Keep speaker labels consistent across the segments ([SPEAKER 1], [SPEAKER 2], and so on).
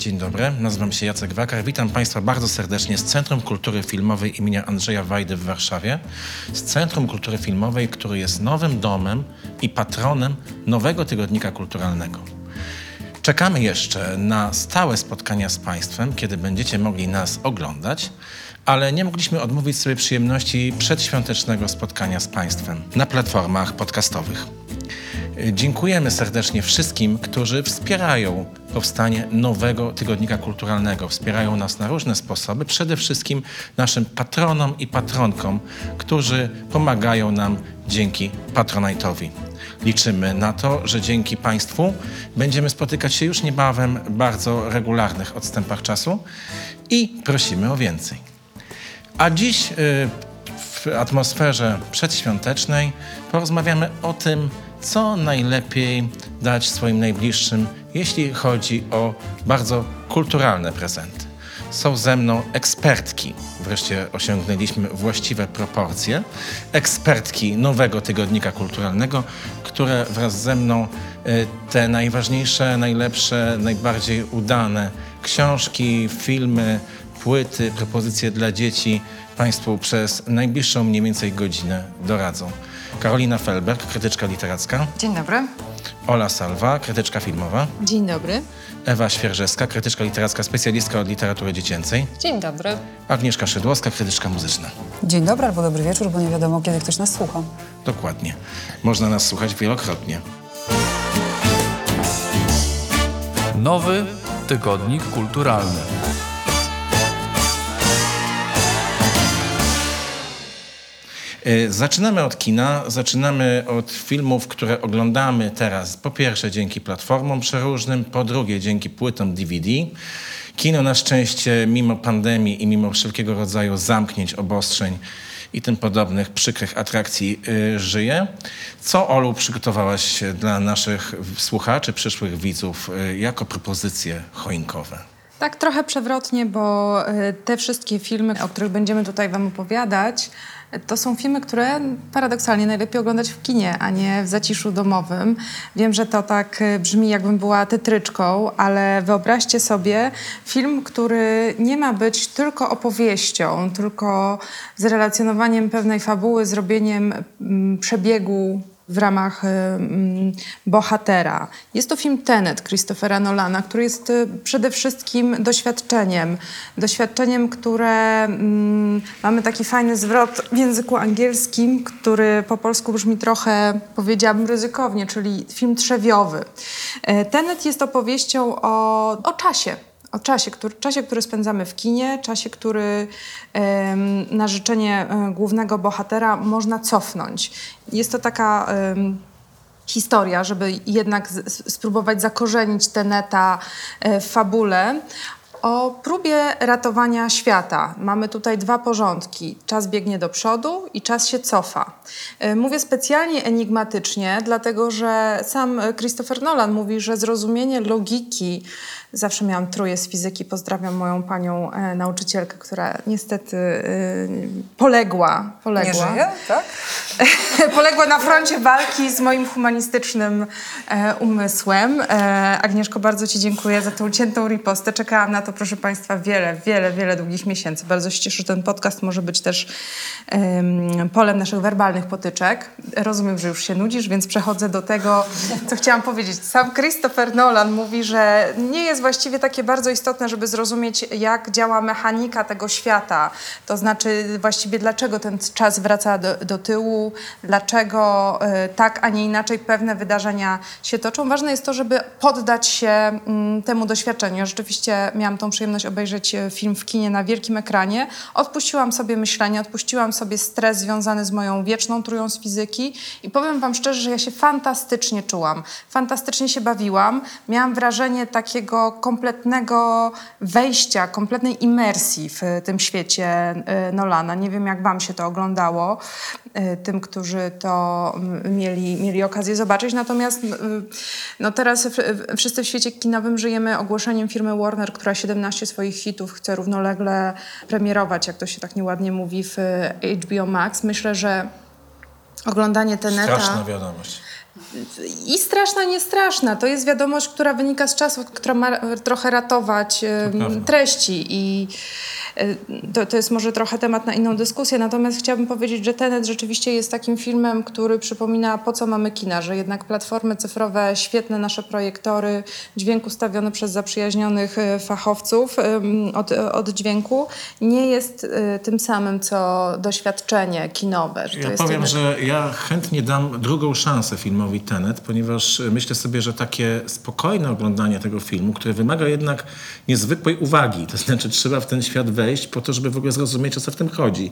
[SPEAKER 1] Dzień dobry, nazywam się Jacek Wakar. Witam Państwa bardzo serdecznie z Centrum Kultury Filmowej imienia Andrzeja Wajdy w Warszawie. Z Centrum Kultury Filmowej, który jest nowym domem i patronem nowego tygodnika kulturalnego. Czekamy jeszcze na stałe spotkania z Państwem, kiedy będziecie mogli nas oglądać, ale nie mogliśmy odmówić sobie przyjemności przedświątecznego spotkania z Państwem na platformach podcastowych. Dziękujemy serdecznie wszystkim, którzy wspierają powstanie nowego tygodnika kulturalnego. Wspierają nas na różne sposoby, przede wszystkim naszym patronom i patronkom, którzy pomagają nam dzięki Patronite'owi. Liczymy na to, że dzięki Państwu będziemy spotykać się już niebawem w bardzo regularnych odstępach czasu i prosimy o więcej. A dziś w atmosferze przedświątecznej porozmawiamy o tym, co najlepiej dać swoim najbliższym, jeśli chodzi o bardzo kulturalne prezenty. Są ze mną ekspertki, wreszcie osiągnęliśmy właściwe proporcje, ekspertki nowego tygodnika kulturalnego, które wraz ze mną te najważniejsze, najlepsze, najbardziej udane książki, filmy, płyty, propozycje dla dzieci Państwu przez najbliższą mniej więcej godzinę doradzą. Karolina Felberg, krytyczka literacka.
[SPEAKER 2] Dzień dobry.
[SPEAKER 1] Ola Salwa, krytyczka filmowa.
[SPEAKER 3] Dzień dobry.
[SPEAKER 1] Ewa Świerżewska, krytyczka literacka, specjalistka od literatury dziecięcej.
[SPEAKER 3] Dzień dobry.
[SPEAKER 1] Agnieszka Szydłowska, krytyczka muzyczna.
[SPEAKER 2] Dzień dobry albo dobry wieczór, bo nie wiadomo, kiedy ktoś nas słucha.
[SPEAKER 1] Dokładnie. Można nas słuchać wielokrotnie.
[SPEAKER 4] Nowy tygodnik kulturalny.
[SPEAKER 1] Zaczynamy od kina, zaczynamy od filmów, które oglądamy teraz, po pierwsze dzięki platformom przeróżnym, po drugie dzięki płytom DVD. Kino na szczęście mimo pandemii i mimo wszelkiego rodzaju zamknięć, obostrzeń i tym podobnych przykrych atrakcji żyje. Co, Olu, przygotowałaś dla naszych słuchaczy, przyszłych widzów jako propozycje choinkowe?
[SPEAKER 3] Tak trochę przewrotnie, bo te wszystkie filmy, o których będziemy tutaj wam opowiadać, to są filmy, które paradoksalnie najlepiej oglądać w kinie, a nie w zaciszu domowym. Wiem, że to tak brzmi, jakbym była tetryczką, ale wyobraźcie sobie film, który nie ma być tylko opowieścią, tylko zrelacjonowaniem pewnej fabuły, zrobieniem przebiegu w ramach bohatera. Jest to film Tenet Christophera Nolana, który jest przede wszystkim doświadczeniem, które mamy taki fajny zwrot w języku angielskim, który po polsku brzmi trochę, powiedziałabym, ryzykownie, czyli film trzewiowy. Tenet jest opowieścią o czasie. O czasie, który spędzamy w kinie, czasie, który na życzenie głównego bohatera można cofnąć. Jest to taka historia, żeby jednak spróbować zakorzenić Teneta w fabule, o próbie ratowania świata. Mamy tutaj dwa porządki. Czas biegnie do przodu i czas się cofa. Mówię specjalnie enigmatycznie, dlatego że sam Christopher Nolan mówi, że zrozumienie logiki... Zawsze miałam trójkę z fizyki. Pozdrawiam moją panią nauczycielkę, która niestety poległa.
[SPEAKER 2] Nie żyje, tak?
[SPEAKER 3] Poległa na froncie walki z moim humanistycznym umysłem. Agnieszko, bardzo ci dziękuję za tą ciętą ripostę. Czekałam na to, proszę Państwa, wiele długich miesięcy. Bardzo się cieszę, że ten podcast może być też polem naszych werbalnych potyczek. Rozumiem, że już się nudzisz, więc przechodzę do tego, co chciałam powiedzieć. Sam Christopher Nolan mówi, że nie jest właściwie takie bardzo istotne, żeby zrozumieć, jak działa mechanika tego świata. To znaczy właściwie dlaczego ten czas wraca do tyłu, dlaczego tak, a nie inaczej pewne wydarzenia się toczą. Ważne jest to, żeby poddać się temu doświadczeniu. Ja rzeczywiście miałam tą przyjemność obejrzeć film w kinie na wielkim ekranie. Odpuściłam sobie myślenie, odpuściłam sobie stres związany z moją wieczną trójką z fizyki i powiem wam szczerze, że ja się fantastycznie czułam. Fantastycznie się bawiłam. Miałam wrażenie takiego kompletnego wejścia, kompletnej imersji w tym świecie Nolana. Nie wiem, jak wam się to oglądało, tym, którzy to mieli okazję zobaczyć. Natomiast no teraz wszyscy w świecie kinowym żyjemy ogłoszeniem firmy Warner, która 17 swoich hitów chce równolegle premierować, jak to się tak nieładnie mówi, w HBO Max. Myślę, że oglądanie Teneta...
[SPEAKER 1] Straszna wiadomość.
[SPEAKER 3] I straszna, nie straszna. To jest wiadomość, która wynika z czasów, która ma trochę ratować treści i to jest może trochę temat na inną dyskusję, natomiast chciałabym powiedzieć, że Tenet rzeczywiście jest takim filmem, który przypomina, po co mamy kina, że jednak platformy cyfrowe, świetne nasze projektory, dźwięk ustawiony przez zaprzyjaźnionych fachowców od dźwięku nie jest tym samym, co doświadczenie kinowe. Że to
[SPEAKER 1] Ja
[SPEAKER 3] jest
[SPEAKER 1] powiem,
[SPEAKER 3] jednak...
[SPEAKER 1] że ja chętnie dam drugą szansę filmowi Tenet, ponieważ myślę sobie, że takie spokojne oglądanie tego filmu, które wymaga jednak niezwykłej uwagi, to znaczy trzeba w ten świat wejść po to, żeby w ogóle zrozumieć, o co w tym chodzi.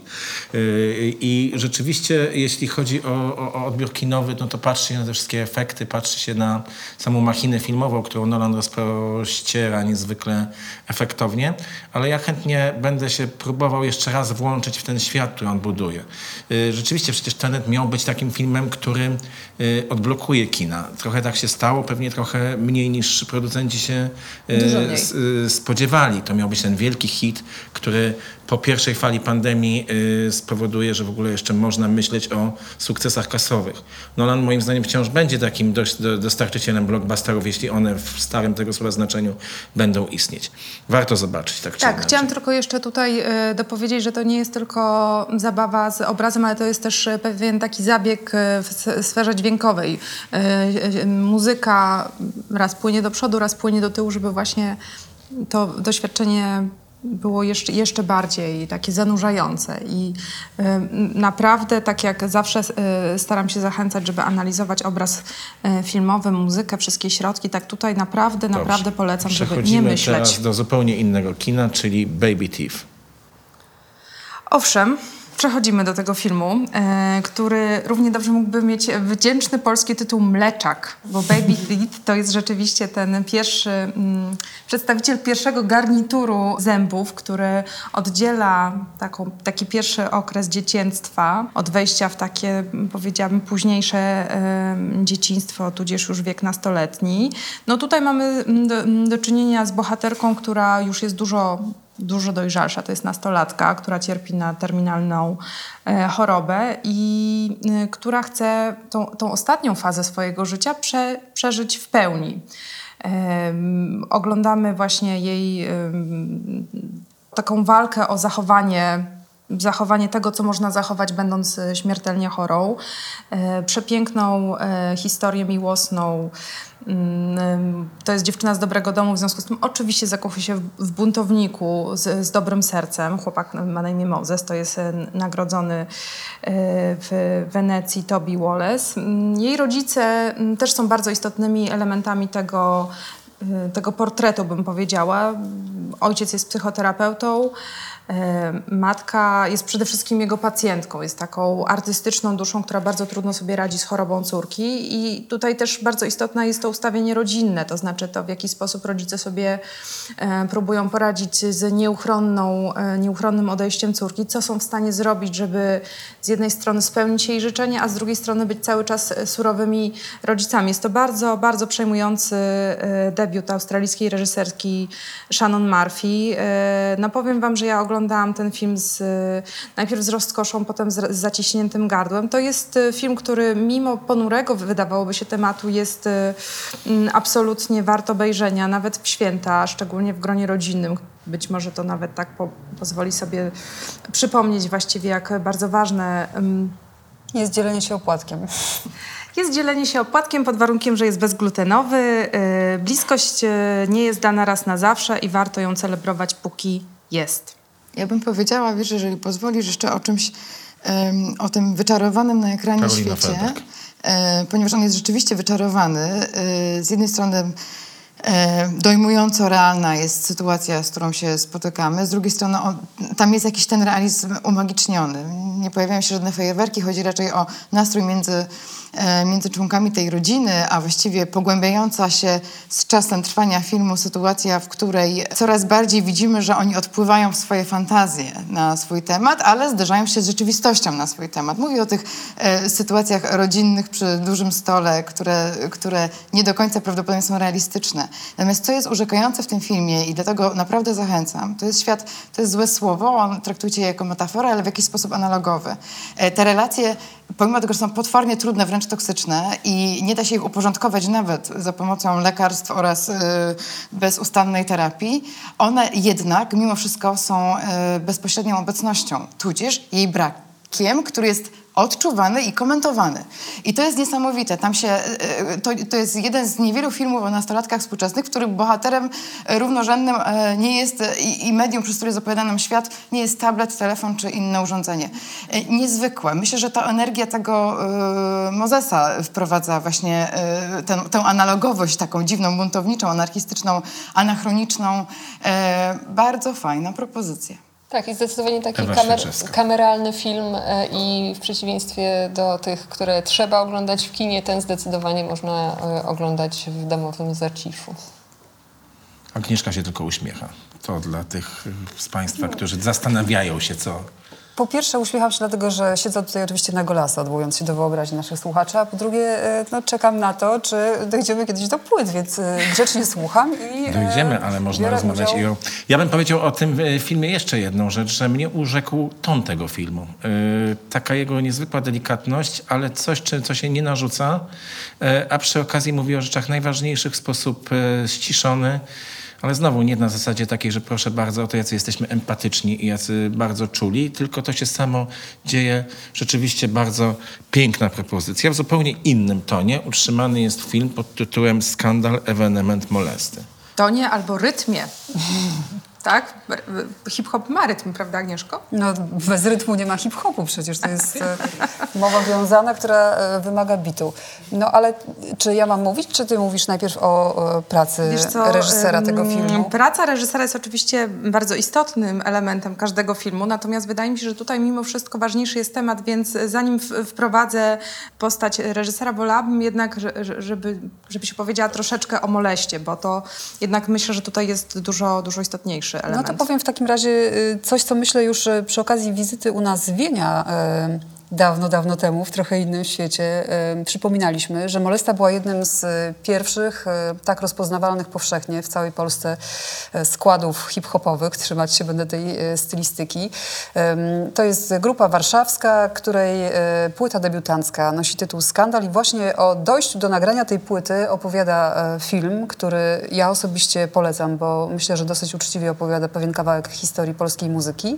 [SPEAKER 1] I rzeczywiście, jeśli chodzi o odbiór kinowy, no to patrzy się na te wszystkie efekty, patrzy się na samą machinę filmową, którą Nolan rozpościera niezwykle efektownie, ale ja chętnie będę się próbował jeszcze raz włączyć w ten świat, który on buduje. Rzeczywiście przecież Tenet miał być takim filmem, który odblokuje kina. Trochę tak się stało, pewnie trochę mniej niż producenci się spodziewali. To miał być ten wielki hit, który po pierwszej fali pandemii spowoduje, że w ogóle jeszcze można myśleć o sukcesach kasowych. Nolan moim zdaniem wciąż będzie takim dostarczycielem blockbusterów, jeśli one w starym tego słowa znaczeniu będą istnieć. Warto zobaczyć, tak czy
[SPEAKER 3] Tak,
[SPEAKER 1] inaczej.
[SPEAKER 3] chciałam tylko jeszcze tutaj dopowiedzieć, że to nie jest tylko zabawa z obrazem, ale to jest też pewien taki zabieg w sferze dźwiękowej. Muzyka raz płynie do przodu, raz płynie do tyłu, żeby właśnie to doświadczenie było jeszcze bardziej takie zanurzające i naprawdę, tak jak zawsze staram się zachęcać, żeby analizować obraz filmowy, muzykę, wszystkie środki, tak tutaj naprawdę polecam, żeby nie
[SPEAKER 1] Przechodzimy
[SPEAKER 3] myśleć.
[SPEAKER 1] teraz do zupełnie innego kina, czyli Baby Thief.
[SPEAKER 3] Owszem, przechodzimy do tego filmu, który równie dobrze mógłby mieć wdzięczny polski tytuł Mleczak, bo Baby Teeth to jest rzeczywiście ten pierwszy przedstawiciel pierwszego garnituru zębów, który oddziela taki pierwszy okres dzieciństwa od wejścia w takie, powiedziałabym, późniejsze dzieciństwo, tudzież już wiek nastoletni. No tutaj mamy do czynienia z bohaterką, która już jest dużo dojrzalsza. To jest nastolatka, która cierpi na terminalną chorobę i która chce tą ostatnią fazę swojego życia przeżyć w pełni. Oglądamy właśnie jej taką walkę o zachowanie tego, co można zachować, będąc śmiertelnie chorą. Przepiękną historię miłosną. To jest dziewczyna z dobrego domu, w związku z tym oczywiście zakochuje się w buntowniku z dobrym sercem. Chłopak ma na imię Moses, to jest nagrodzony w Wenecji Toby Wallace. Jej rodzice też są bardzo istotnymi elementami tego portretu, bym powiedziała. Ojciec jest psychoterapeutą, matka jest przede wszystkim jego pacjentką, jest taką artystyczną duszą, która bardzo trudno sobie radzi z chorobą córki i tutaj też bardzo istotne jest to ustawienie rodzinne, to znaczy to, w jaki sposób rodzice sobie próbują poradzić z nieuchronnym odejściem córki, co są w stanie zrobić, żeby z jednej strony spełnić jej życzenia, a z drugiej strony być cały czas surowymi rodzicami. Jest to bardzo, bardzo przejmujący debiut australijskiej reżyserki Shannon Murphy. No powiem wam, że ja oglądałam ten film najpierw z rozkoszą, potem z zaciśniętym gardłem. To jest film, który mimo ponurego, wydawałoby się, tematu jest absolutnie wart obejrzenia, nawet w święta, szczególnie w gronie rodzinnym. Być może to nawet tak pozwoli sobie przypomnieć właściwie, jak bardzo ważne
[SPEAKER 2] Jest dzielenie się opłatkiem.
[SPEAKER 3] jest dzielenie się opłatkiem pod warunkiem, że jest bezglutenowy. Bliskość nie jest dana raz na zawsze i warto ją celebrować, póki jest.
[SPEAKER 5] Ja bym powiedziała, wiesz, jeżeli pozwolisz, jeszcze o czymś, o tym wyczarowanym na ekranie
[SPEAKER 1] Karolina
[SPEAKER 5] świecie,
[SPEAKER 1] Feldek.
[SPEAKER 5] ponieważ on jest rzeczywiście wyczarowany. Z jednej strony dojmująco realna jest sytuacja, z którą się spotykamy. Z drugiej strony tam jest jakiś ten realizm umagiczniony. Nie pojawiają się żadne fajerwerki, chodzi raczej o nastrój między członkami tej rodziny, a właściwie pogłębiająca się z czasem trwania filmu sytuacja, w której coraz bardziej widzimy, że oni odpływają w swoje fantazje na swój temat, ale zderzają się z rzeczywistością na swój temat. Mówię o tych sytuacjach rodzinnych przy dużym stole, które nie do końca prawdopodobnie są realistyczne. Natomiast co jest urzekające w tym filmie i dlatego naprawdę zachęcam, to jest świat, to jest złe słowo, traktujcie je jako metaforę, ale w jakiś sposób analogowy. Te relacje, pomimo tego, że są potwornie trudne, wręcz wręcz toksyczne i nie da się ich uporządkować nawet za pomocą lekarstw oraz bezustannej terapii, one jednak mimo wszystko są bezpośrednią obecnością, tudzież jej brakiem, który jest odczuwany i komentowany. I to jest niesamowite. Tam się, to jest jeden z niewielu filmów o nastolatkach współczesnych, w którym bohaterem równorzędnym nie jest i medium, przez które jest opowiada nam świat, nie jest tablet, telefon czy inne urządzenie. Niezwykłe. Myślę, że ta energia tego Mozesa wprowadza właśnie tę analogowość taką dziwną, buntowniczą, anarchistyczną, anachroniczną. Bardzo fajna propozycja.
[SPEAKER 6] Tak, i zdecydowanie taki
[SPEAKER 1] Ewa Świerczewska.
[SPEAKER 6] kameralny film i w przeciwieństwie do tych, które trzeba oglądać w kinie, ten zdecydowanie można oglądać w domowym zaciszu.
[SPEAKER 1] Agnieszka się tylko uśmiecha. To dla tych z Państwa, którzy zastanawiają się, co...
[SPEAKER 2] Po pierwsze uśmiecham się dlatego, że siedzę tutaj oczywiście na golasa, odwołując się do wyobraźni naszych słuchaczy, a po drugie czekam na to, czy dojdziemy kiedyś do płyt, więc grzecznie słucham i
[SPEAKER 1] Dojdziemy, ale można
[SPEAKER 2] biorę
[SPEAKER 1] rozmawiać
[SPEAKER 2] udział.
[SPEAKER 1] i o... Ja bym powiedział o tym filmie jeszcze jedną rzecz, że mnie urzekł ton tego filmu. Taka jego niezwykła delikatność, ale coś, co się nie narzuca, a przy okazji mówi o rzeczach najważniejszych w sposób ściszony. Ale znowu nie na zasadzie takiej, że proszę bardzo, to jacy jesteśmy empatyczni i jacy bardzo czuli, tylko to się samo dzieje. Rzeczywiście bardzo piękna propozycja. W zupełnie innym tonie utrzymany jest film pod tytułem Skandal, ewenement, molesty.
[SPEAKER 3] Tonie albo rytmie. Tak? Hip-hop ma rytm, prawda, Agnieszko?
[SPEAKER 2] No, bez rytmu nie ma hip-hopu przecież, to jest mowa wiązana, która wymaga bitu. No ale czy ja mam mówić, czy ty mówisz najpierw o pracy
[SPEAKER 3] Wiesz co,
[SPEAKER 2] reżysera tego filmu?
[SPEAKER 3] Praca reżysera jest oczywiście bardzo istotnym elementem każdego filmu, natomiast wydaje mi się, że tutaj mimo wszystko ważniejszy jest temat, więc zanim wprowadzę postać reżysera, wolałabym jednak, żebyś opowiedziała troszeczkę o moleście, bo to jednak myślę, że tutaj jest dużo istotniejszy element.
[SPEAKER 2] No to powiem w takim razie coś, co myślę już przy okazji wizyty u nas z Wienia dawno temu, w trochę innym świecie, przypominaliśmy, że molesta była jednym z pierwszych tak rozpoznawalnych powszechnie w całej Polsce składów hip-hopowych. Trzymać się będę tej stylistyki. To jest grupa warszawska, której płyta debiutancka nosi tytuł Skandal i właśnie o dojściu do nagrania tej płyty opowiada film, który ja osobiście polecam, bo myślę, że dosyć uczciwie opowiada pewien kawałek historii polskiej muzyki.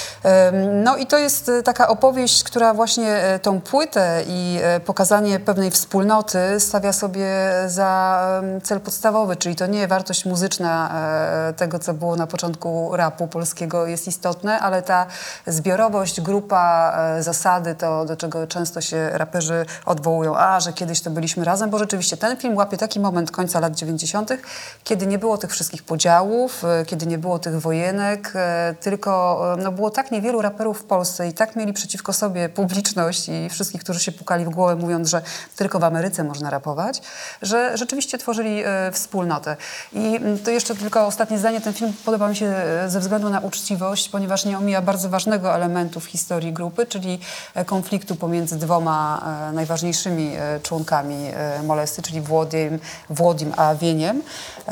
[SPEAKER 2] No i to jest taka opowieść, która właśnie tą płytę i pokazanie pewnej wspólnoty stawia sobie za cel podstawowy, czyli to nie wartość muzyczna tego, co było na początku rapu polskiego jest istotne, ale ta zbiorowość, grupa, zasady, to do czego często się raperzy odwołują, że kiedyś to byliśmy razem, bo rzeczywiście ten film łapie taki moment końca lat 90., kiedy nie było tych wszystkich podziałów, kiedy nie było tych wojenek, tylko było tak niewielu raperów w Polsce i tak mieli przeciwko sobie publiczność i wszystkich, którzy się pukali w głowę, mówiąc, że tylko w Ameryce można rapować, że rzeczywiście tworzyli wspólnotę. I to jeszcze tylko ostatnie zdanie. Ten film podoba mi się ze względu na uczciwość, ponieważ nie omija bardzo ważnego elementu w historii grupy, czyli konfliktu pomiędzy dwoma najważniejszymi członkami molesty, czyli Włodim a Wieniem.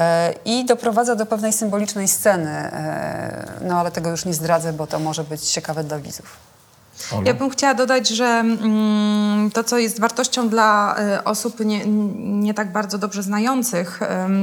[SPEAKER 2] I doprowadza do pewnej symbolicznej sceny. No ale tego już nie zdradzę, bo to może być ciekawe dla widzów.
[SPEAKER 3] Ja bym chciała dodać, że to, co jest wartością dla osób nie tak bardzo dobrze znających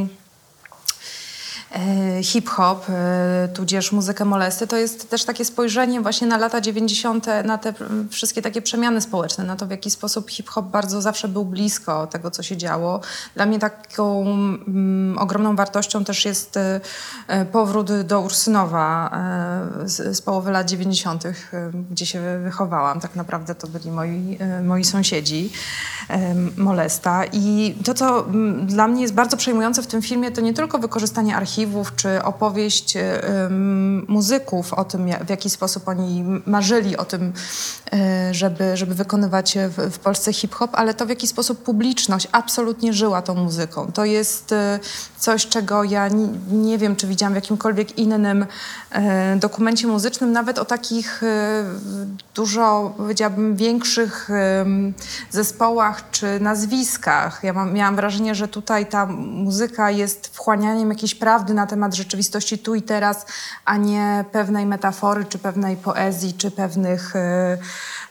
[SPEAKER 3] hip-hop, tudzież muzykę molesty, to jest też takie spojrzenie właśnie na lata 90., na te wszystkie takie przemiany społeczne, na to, w jaki sposób hip-hop bardzo zawsze był blisko tego, co się działo. Dla mnie taką ogromną wartością też jest powrót do Ursynowa z połowy lat 90., gdzie się wychowałam. Tak naprawdę to byli moi sąsiedzi, molesta. I to, co dla mnie jest bardzo przejmujące w tym filmie, to nie tylko wykorzystanie archiwów, czy opowieść muzyków o tym, w jaki sposób oni marzyli o tym, żeby wykonywać w Polsce hip-hop, ale to, w jaki sposób publiczność absolutnie żyła tą muzyką. To jest coś, czego ja nie wiem, czy widziałam w jakimkolwiek innym dokumencie muzycznym, nawet o takich dużo, powiedziałabym, większych zespołach czy nazwiskach. Ja miałam wrażenie, że tutaj ta muzyka jest wchłanianiem jakiejś prawdy na temat rzeczywistości tu i teraz, a nie pewnej metafory, czy pewnej poezji, czy pewnych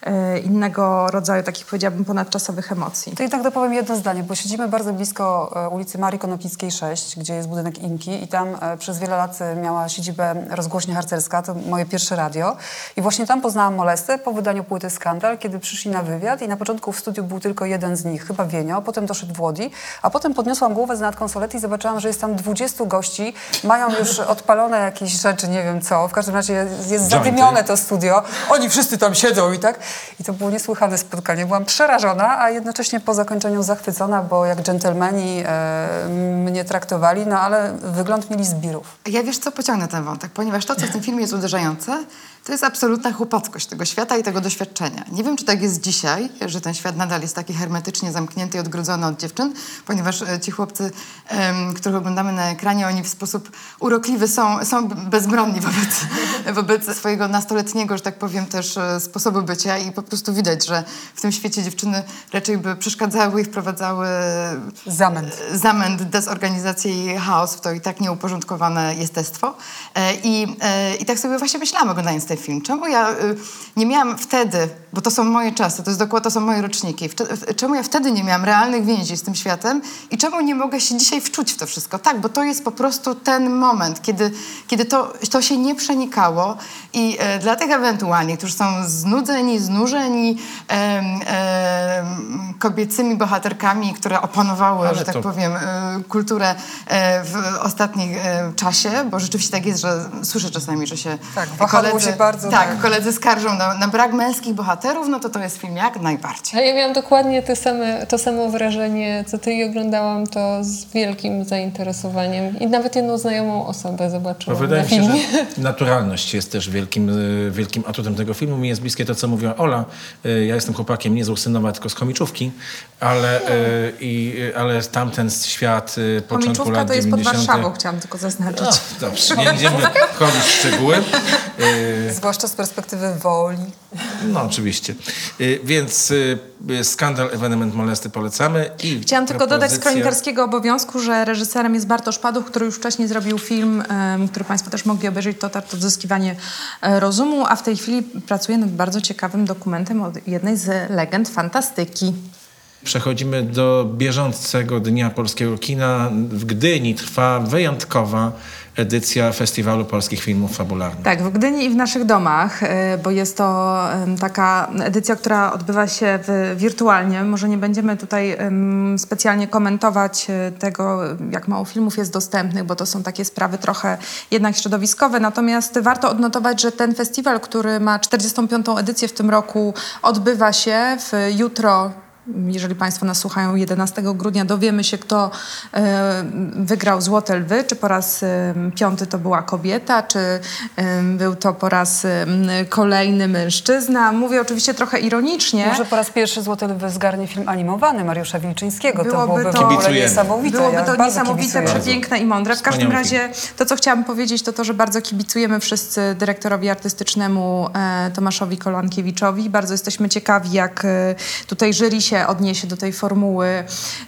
[SPEAKER 3] innego rodzaju takich, powiedziałabym, ponadczasowych emocji.
[SPEAKER 2] To jednak dopowiem jedno zdanie, bo siedzimy bardzo blisko ulicy Marii Konopnickiej 6, gdzie jest budynek Inki i tam przez wiele lat miała siedzibę rozgłośnia harcerska, to moje pierwsze radio. I właśnie tam poznałam Molestę po wydaniu płyty Skandal, kiedy przyszli na wywiad i na początku w studiu był tylko jeden z nich, chyba Wienio, potem doszedł Włodi, a potem podniosłam głowę z nad konsolety i zobaczyłam, że jest tam 20 gości, mają już odpalone jakieś rzeczy, nie wiem co, w każdym razie jest zadymione to studio, oni wszyscy tam siedzą i tak. I to było niesłychane spotkanie. Byłam przerażona, a jednocześnie po zakończeniu zachwycona, bo jak dżentelmeni mnie traktowali, no ale wygląd mieli zbirów.
[SPEAKER 5] Ja wiesz co, pociągnę ten wątek, ponieważ to, co w tym filmie jest uderzające, to jest absolutna chłopackość tego świata i tego doświadczenia. Nie wiem, czy tak jest dzisiaj, że ten świat nadal jest taki hermetycznie zamknięty i odgrodzony od dziewczyn, ponieważ ci chłopcy, których oglądamy na ekranie, oni w sposób urokliwy są bezbronni wobec swojego nastoletniego, że tak powiem, też sposobu bycia i po prostu widać, że w tym świecie dziewczyny raczej by przeszkadzały i wprowadzały zamęt, dezorganizację i chaos w to i tak nieuporządkowane jestestwo. I tak sobie właśnie myślałam, oglądając ten film. Czemu ja nie miałam wtedy, bo to są moje czasy, to są moje roczniki, czemu ja wtedy nie miałam realnych więzi z tym światem i czemu nie mogę się dzisiaj wczuć w to wszystko? Tak, bo to jest po prostu ten moment, kiedy to się nie przenikało i dla tych ewentualnie, którzy są znużeni kobiecymi bohaterkami, które opanowały, że tak powiem, kulturę w ostatnim czasie, bo rzeczywiście tak jest, że słyszę czasami, że się koledzy skarżą na brak męskich bohaterów, no to jest film jak najbardziej.
[SPEAKER 6] A ja miałam dokładnie to samo wrażenie, co ty, i oglądałam to z wielkim zainteresowaniem. I nawet jedną znajomą osobę zobaczyłam
[SPEAKER 1] Wydaje
[SPEAKER 6] na
[SPEAKER 1] mi się,
[SPEAKER 6] filmie.
[SPEAKER 1] że naturalność jest też wielkim atutem tego filmu. Mi jest bliskie to, co mówiła Ola. Ja jestem chłopakiem nie z Ursynowa, tylko z Komiczówki, ale tamten świat początku lat 90.
[SPEAKER 3] to jest pod Warszawą, chciałam tylko zaznaczyć.
[SPEAKER 1] No, dobrze, nie będziemy wchodzić w szczegóły.
[SPEAKER 2] Zwłaszcza z perspektywy Woli.
[SPEAKER 1] No, oczywiście. Więc Skandal, ewenement Molesty polecamy. I
[SPEAKER 3] Chciałam tylko dodać z kronikarskiego obowiązku, że reżyserem jest Bartosz Paduch, który już wcześniej zrobił film, który Państwo też mogli obejrzeć, to Odzyskiwanie rozumu, a w tej chwili pracuje nad bardzo ciekawym dokumentem o jednej z legend fantastyki.
[SPEAKER 1] Przechodzimy do bieżącego Dnia Polskiego Kina. W Gdyni trwa wyjątkowa edycja Festiwalu Polskich Filmów Fabularnych.
[SPEAKER 3] Tak, w Gdyni i w naszych domach, bo jest to taka edycja, która odbywa się wirtualnie. Może nie będziemy tutaj specjalnie komentować tego, jak mało filmów jest dostępnych, bo to są takie sprawy trochę jednak środowiskowe. Natomiast warto odnotować, że ten festiwal, który ma 45. edycję w tym roku, odbywa się jutro. Jeżeli Państwo nas słuchają, 11 grudnia dowiemy się, kto wygrał Złote Lwy, czy po raz 5 to była kobieta, czy był to po raz kolejny mężczyzna. Mówię oczywiście trochę ironicznie.
[SPEAKER 2] Może po raz pierwszy Złote Lwy zgarnie film animowany Mariusza Wilczyńskiego.
[SPEAKER 3] Byłoby
[SPEAKER 2] to
[SPEAKER 3] to
[SPEAKER 2] w ogóle niesamowite.
[SPEAKER 3] Byłoby to
[SPEAKER 2] bardzo
[SPEAKER 3] niesamowite,
[SPEAKER 2] kibicuję.
[SPEAKER 3] przepiękne i mądre. W każdym razie to, co chciałam powiedzieć, to, że bardzo kibicujemy wszyscy dyrektorowi artystycznemu Tomaszowi Kolankiewiczowi. Bardzo jesteśmy ciekawi, jak tutaj jury się odniesie do tej formuły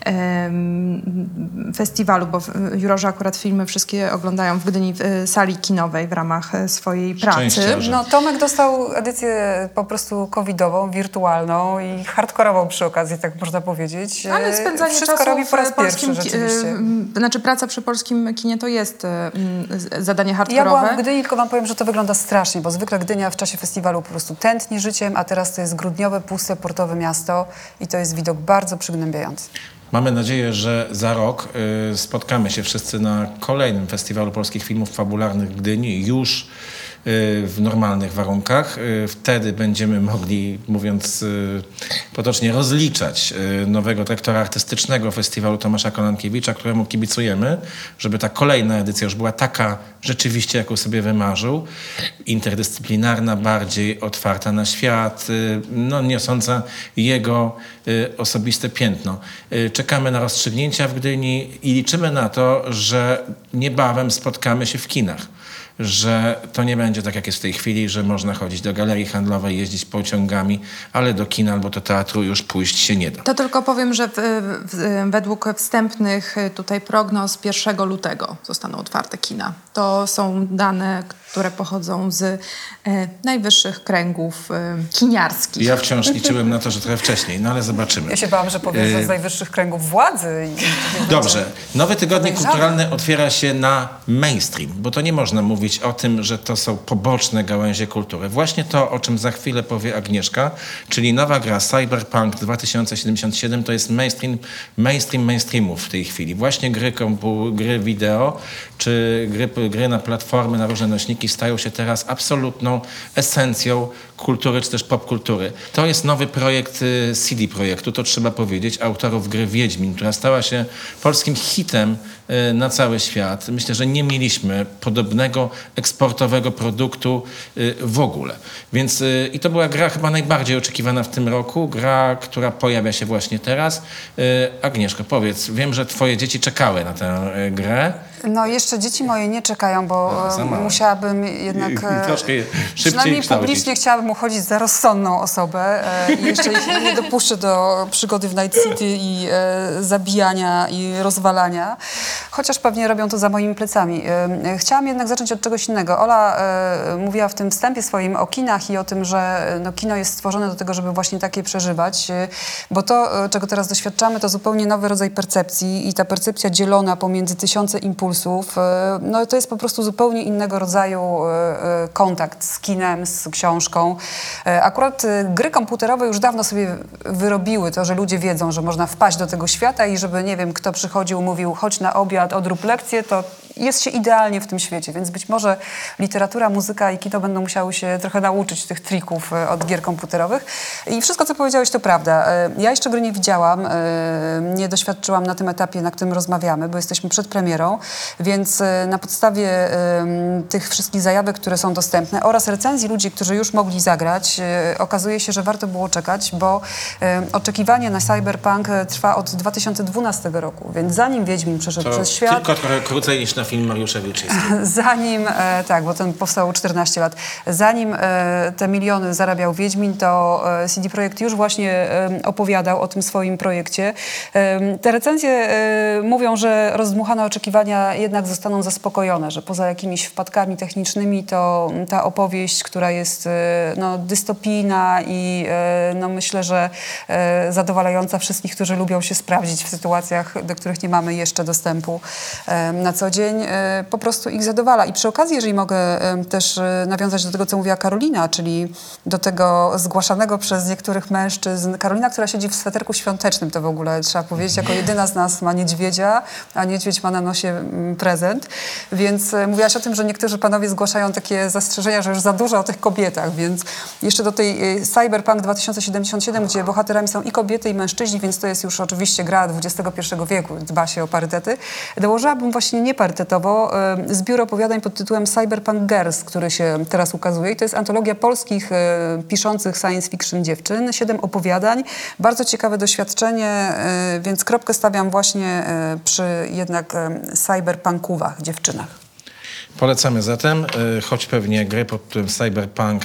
[SPEAKER 3] festiwalu, bo jurorzy akurat filmy wszystkie oglądają w Gdyni w sali kinowej w ramach swojej pracy.
[SPEAKER 1] Szczęściarze.
[SPEAKER 2] No, Tomek dostał edycję po prostu covidową, wirtualną i hardkorową przy okazji, tak można powiedzieć.
[SPEAKER 3] Ale spędzanie
[SPEAKER 2] Wszystko
[SPEAKER 3] czasu
[SPEAKER 2] robi po raz
[SPEAKER 3] w polskim
[SPEAKER 2] pierwszy rzeczywiście.
[SPEAKER 3] Znaczy praca przy polskim kinie to jest zadanie
[SPEAKER 2] Ja
[SPEAKER 3] hardkorowe.
[SPEAKER 2] byłam w Gdyni, tylko wam powiem, że to wygląda strasznie, bo zwykle Gdynia w czasie festiwalu po prostu tętni życiem, a teraz to jest grudniowe, puste, portowe miasto i to jest widok bardzo przygnębiający.
[SPEAKER 1] Mamy nadzieję, że za rok spotkamy się wszyscy na kolejnym Festiwalu Polskich Filmów Fabularnych w Gdyni, już w normalnych warunkach. Wtedy będziemy mogli, mówiąc potocznie, rozliczać nowego dyrektora artystycznego Festiwalu Tomasza Kolankiewicza, któremu kibicujemy, żeby ta kolejna edycja już była taka rzeczywiście, jaką sobie wymarzył. Interdyscyplinarna, bardziej otwarta na świat, no niosąca jego osobiste piętno. Czekamy na rozstrzygnięcia w Gdyni i liczymy na to, że niebawem spotkamy się w kinach. że to nie będzie tak, jak jest w tej chwili, że można chodzić do galerii handlowej, jeździć pociągami, ale do kina albo do teatru już pójść się nie da.
[SPEAKER 3] To tylko powiem, że według wstępnych tutaj prognoz 1 lutego zostaną otwarte kina. To są dane, które pochodzą z najwyższych kręgów kiniarskich.
[SPEAKER 1] Ja wciąż liczyłem na to, że trochę wcześniej, no ale zobaczymy.
[SPEAKER 2] Ja się bałam, że powiesz, że z najwyższych kręgów władzy.
[SPEAKER 1] Dobrze. Nowy tygodnik
[SPEAKER 2] Podejrzane.
[SPEAKER 1] kulturalny otwiera się na mainstream, bo to nie można mówić o tym, że to są poboczne gałęzie kultury. Właśnie to, o czym za chwilę powie Agnieszka, czyli nowa gra Cyberpunk 2077 to jest mainstreamów w tej chwili. Właśnie gry wideo czy gry na platformy, na różne nośniki stają się teraz absolutną esencją kultury czy też popkultury. To jest nowy projekt CD Projektu, to trzeba powiedzieć, autorów gry Wiedźmin, która stała się polskim hitem na cały świat. Myślę, że nie mieliśmy podobnego eksportowego produktu w ogóle. Więc i to była gra chyba najbardziej oczekiwana w tym roku, gra, która pojawia się właśnie teraz. Agnieszko, powiedz, wiem, że twoje dzieci czekały na tę grę.
[SPEAKER 2] No jeszcze dzieci moje nie czekają, bo
[SPEAKER 1] za małe.
[SPEAKER 2] musiałabym jednak
[SPEAKER 1] Troszkę szybciej
[SPEAKER 2] przynajmniej
[SPEAKER 1] kształcić.
[SPEAKER 2] publicznie chciałabym uchodzić za rozsądną osobę i jeszcze ich nie dopuszczę do przygody w Night City i zabijania i rozwalania, chociaż pewnie robią to za moimi plecami. Chciałam jednak zacząć od czegoś innego. Ola mówiła w tym wstępie swoim o kinach i o tym, że no, kino jest stworzone do tego, żeby właśnie takie przeżywać, bo to, czego teraz doświadczamy, to zupełnie nowy rodzaj percepcji i ta percepcja dzielona pomiędzy tysiące impulsów, no to jest po prostu zupełnie innego rodzaju kontakt z kinem, z książką. Akurat gry komputerowe już dawno sobie wyrobiły to, że ludzie wiedzą, że można wpaść do tego świata i żeby, nie wiem, kto przychodził, mówił chodź na obiad, odrób lekcję, to jest się idealnie w tym świecie, więc być może literatura, muzyka i kino będą musiały się trochę nauczyć tych trików od gier komputerowych. I wszystko, co powiedziałeś, to prawda. Ja jeszcze gry nie widziałam, nie doświadczyłam na tym etapie, na którym rozmawiamy, bo jesteśmy przed premierą, więc na podstawie tych wszystkich zajawek, które są dostępne oraz recenzji ludzi, którzy już mogli zagrać, okazuje się, że warto było czekać, bo oczekiwanie na Cyberpunk trwa od 2012 roku, więc zanim Wiedźmin przeszedł
[SPEAKER 1] To
[SPEAKER 2] przez świat...
[SPEAKER 1] tylko trochę krócej niż na film Mariusza Wilczyńskiego.
[SPEAKER 2] Zanim, tak, bo ten powstał 14 lat, zanim te miliony zarabiał Wiedźmin, to CD Projekt już właśnie opowiadał o tym swoim projekcie. Te recenzje mówią, że rozdmuchane oczekiwania jednak zostaną zaspokojone, że poza jakimiś wpadkami technicznymi to ta opowieść, która jest no, dystopijna i no, myślę, że zadowalająca wszystkich, którzy lubią się sprawdzić w sytuacjach, do których nie mamy jeszcze dostępu na co dzień, po prostu ich zadowala. I przy okazji, jeżeli mogę też nawiązać do tego, co mówiła Karolina, czyli do tego zgłaszanego przez niektórych mężczyzn. Karolina, która siedzi w sweterku świątecznym, to w ogóle trzeba powiedzieć, jako jedyna z nas ma niedźwiedzia, a niedźwiedź ma na nosie prezent. Więc mówiłaś o tym, że niektórzy panowie zgłaszają takie zastrzeżenia, że już za dużo o tych kobietach, więc jeszcze do tej Cyberpunk 2077, gdzie bohaterami są i kobiety, i mężczyźni, więc to jest już oczywiście gra XXI wieku, dba się o parytety. Dołożyłabym właśnie nieparytetowo zbiór opowiadań pod tytułem Cyberpunk Girls, który się teraz ukazuje i to jest antologia polskich piszących science fiction dziewczyn. 7 opowiadań, bardzo ciekawe doświadczenie, więc kropkę stawiam właśnie przy jednak cyberpunkówach, dziewczynach.
[SPEAKER 1] Polecamy zatem, choć pewnie gry pod tytułem Cyberpunk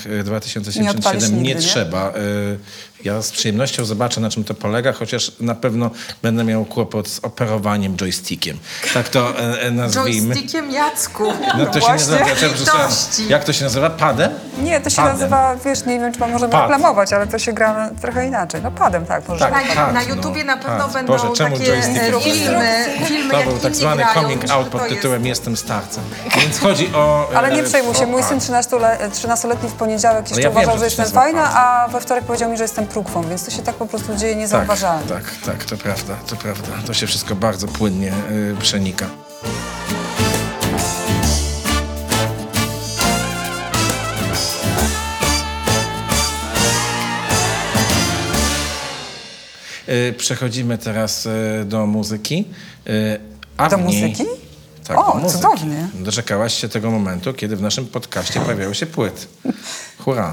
[SPEAKER 1] 2077 nie trzeba. Ja z przyjemnością zobaczę, na czym to polega, chociaż na pewno będę miał kłopot z operowaniem joystickiem. Tak to nazwijmy.
[SPEAKER 3] Joystickiem, Jacku.
[SPEAKER 1] No to się
[SPEAKER 2] Właśnie.
[SPEAKER 1] nazywa, jak to się nazywa? Padem?
[SPEAKER 2] Nie, to się
[SPEAKER 1] Padem.
[SPEAKER 2] nazywa, wiesz, nie wiem, czy możemy
[SPEAKER 1] Pad.
[SPEAKER 2] reklamować, ale to się gra trochę inaczej. No padem, tak, może.
[SPEAKER 1] Tak.
[SPEAKER 3] Na YouTubie na pewno
[SPEAKER 1] tak.
[SPEAKER 3] będą
[SPEAKER 1] Boże, czemu
[SPEAKER 3] takie
[SPEAKER 1] joystickiem?
[SPEAKER 3] filmy
[SPEAKER 1] To
[SPEAKER 3] jak
[SPEAKER 1] był tak
[SPEAKER 3] inni
[SPEAKER 1] zwany
[SPEAKER 3] grają,
[SPEAKER 1] coming
[SPEAKER 3] że
[SPEAKER 1] out
[SPEAKER 3] to
[SPEAKER 1] pod
[SPEAKER 3] jest-
[SPEAKER 1] tytułem Jestem starcem. Więc chodzi o...
[SPEAKER 2] Ale nie przejmuj się,
[SPEAKER 1] o
[SPEAKER 2] mój
[SPEAKER 1] pad.
[SPEAKER 2] syn 13-letni w poniedziałek jeszcze
[SPEAKER 1] ja wiem,
[SPEAKER 2] uważał,
[SPEAKER 1] że
[SPEAKER 2] że
[SPEAKER 1] to się
[SPEAKER 2] jestem
[SPEAKER 1] nazywa
[SPEAKER 2] fajna,
[SPEAKER 1] pad.
[SPEAKER 2] a we wtorek powiedział mi, że jestem prókwą, więc to się tak po prostu dzieje niezauważalnie.
[SPEAKER 1] Tak, to prawda. To się wszystko bardzo płynnie przenika. Przechodzimy teraz do muzyki. A
[SPEAKER 2] Do
[SPEAKER 1] w niej-
[SPEAKER 2] muzyki?
[SPEAKER 1] Tak,
[SPEAKER 2] O,
[SPEAKER 1] do muzyki.
[SPEAKER 2] cudownie.
[SPEAKER 1] Doczekałaś się tego momentu, kiedy w naszym podcaście pojawiały się płyty. Hurra!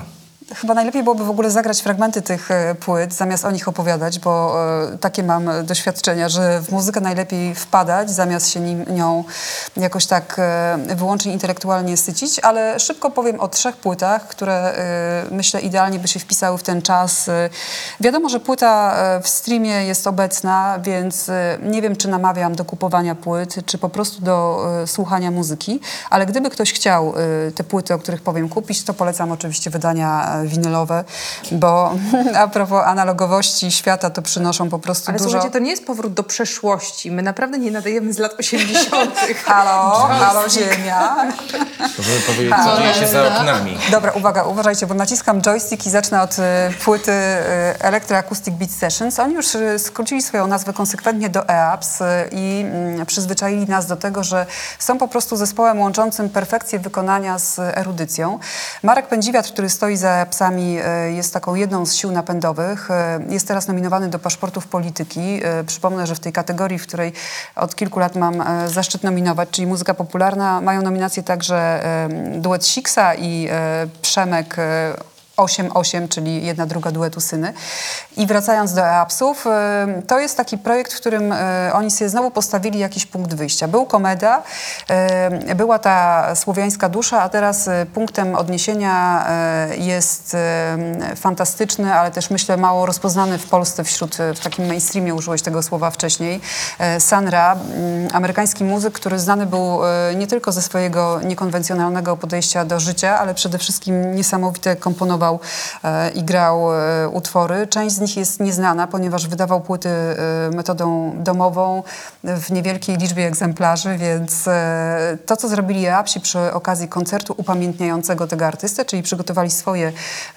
[SPEAKER 2] Chyba najlepiej byłoby w ogóle zagrać fragmenty tych płyt, zamiast o nich opowiadać, bo takie mam doświadczenia, że w muzykę najlepiej wpadać, zamiast się nią jakoś tak wyłącznie intelektualnie sycić, ale szybko powiem o 3 płytach, które myślę idealnie by się wpisały w ten czas. Wiadomo, że płyta w streamie jest obecna, więc nie wiem, czy namawiam do kupowania płyt, czy po prostu do słuchania muzyki, ale gdyby ktoś chciał te płyty, o których powiem, kupić, to polecam oczywiście wydania winylowe, bo a propos analogowości świata, to przynoszą po prostu
[SPEAKER 3] Ale
[SPEAKER 2] dużo...
[SPEAKER 3] słuchajcie, to nie jest powrót do przeszłości. My naprawdę nie nadajemy z lat 80.
[SPEAKER 2] Halo Ziemia.
[SPEAKER 1] To żeby powiedzieć, co dzieje się za oknami.
[SPEAKER 2] Dobra, uwaga, uważajcie, bo naciskam joystick i zacznę od płyty Electroacoustic Beat Sessions. Oni już skrócili swoją nazwę konsekwentnie do EAPS i przyzwyczaili nas do tego, że są po prostu zespołem łączącym perfekcję wykonania z erudycją. Marek Pędziwiatr, który stoi za EAPS-ami, jest taką jedną z sił napędowych. Jest teraz nominowany do Paszportów Polityki. Przypomnę, że w tej kategorii, w której od kilku lat mam zaszczyt nominować, czyli muzyka popularna, mają nominację także duet Siksa i Przemek 8-8, czyli 1/2 duetu Syny. I wracając do EAPS-ów, to jest taki projekt, w którym oni sobie znowu postawili jakiś punkt wyjścia. Był Komeda, była ta słowiańska dusza, a teraz punktem odniesienia jest fantastyczny, ale też myślę mało rozpoznany w Polsce w takim mainstreamie, użyłeś tego słowa wcześniej, Sun Ra, amerykański muzyk, który znany był nie tylko ze swojego niekonwencjonalnego podejścia do życia, ale przede wszystkim niesamowite komponował i grał utwory. Część z nich jest nieznana, ponieważ wydawał płyty metodą domową w niewielkiej liczbie egzemplarzy, więc to, co zrobili EAPS-i przy okazji koncertu upamiętniającego tego artystę, czyli przygotowali swoje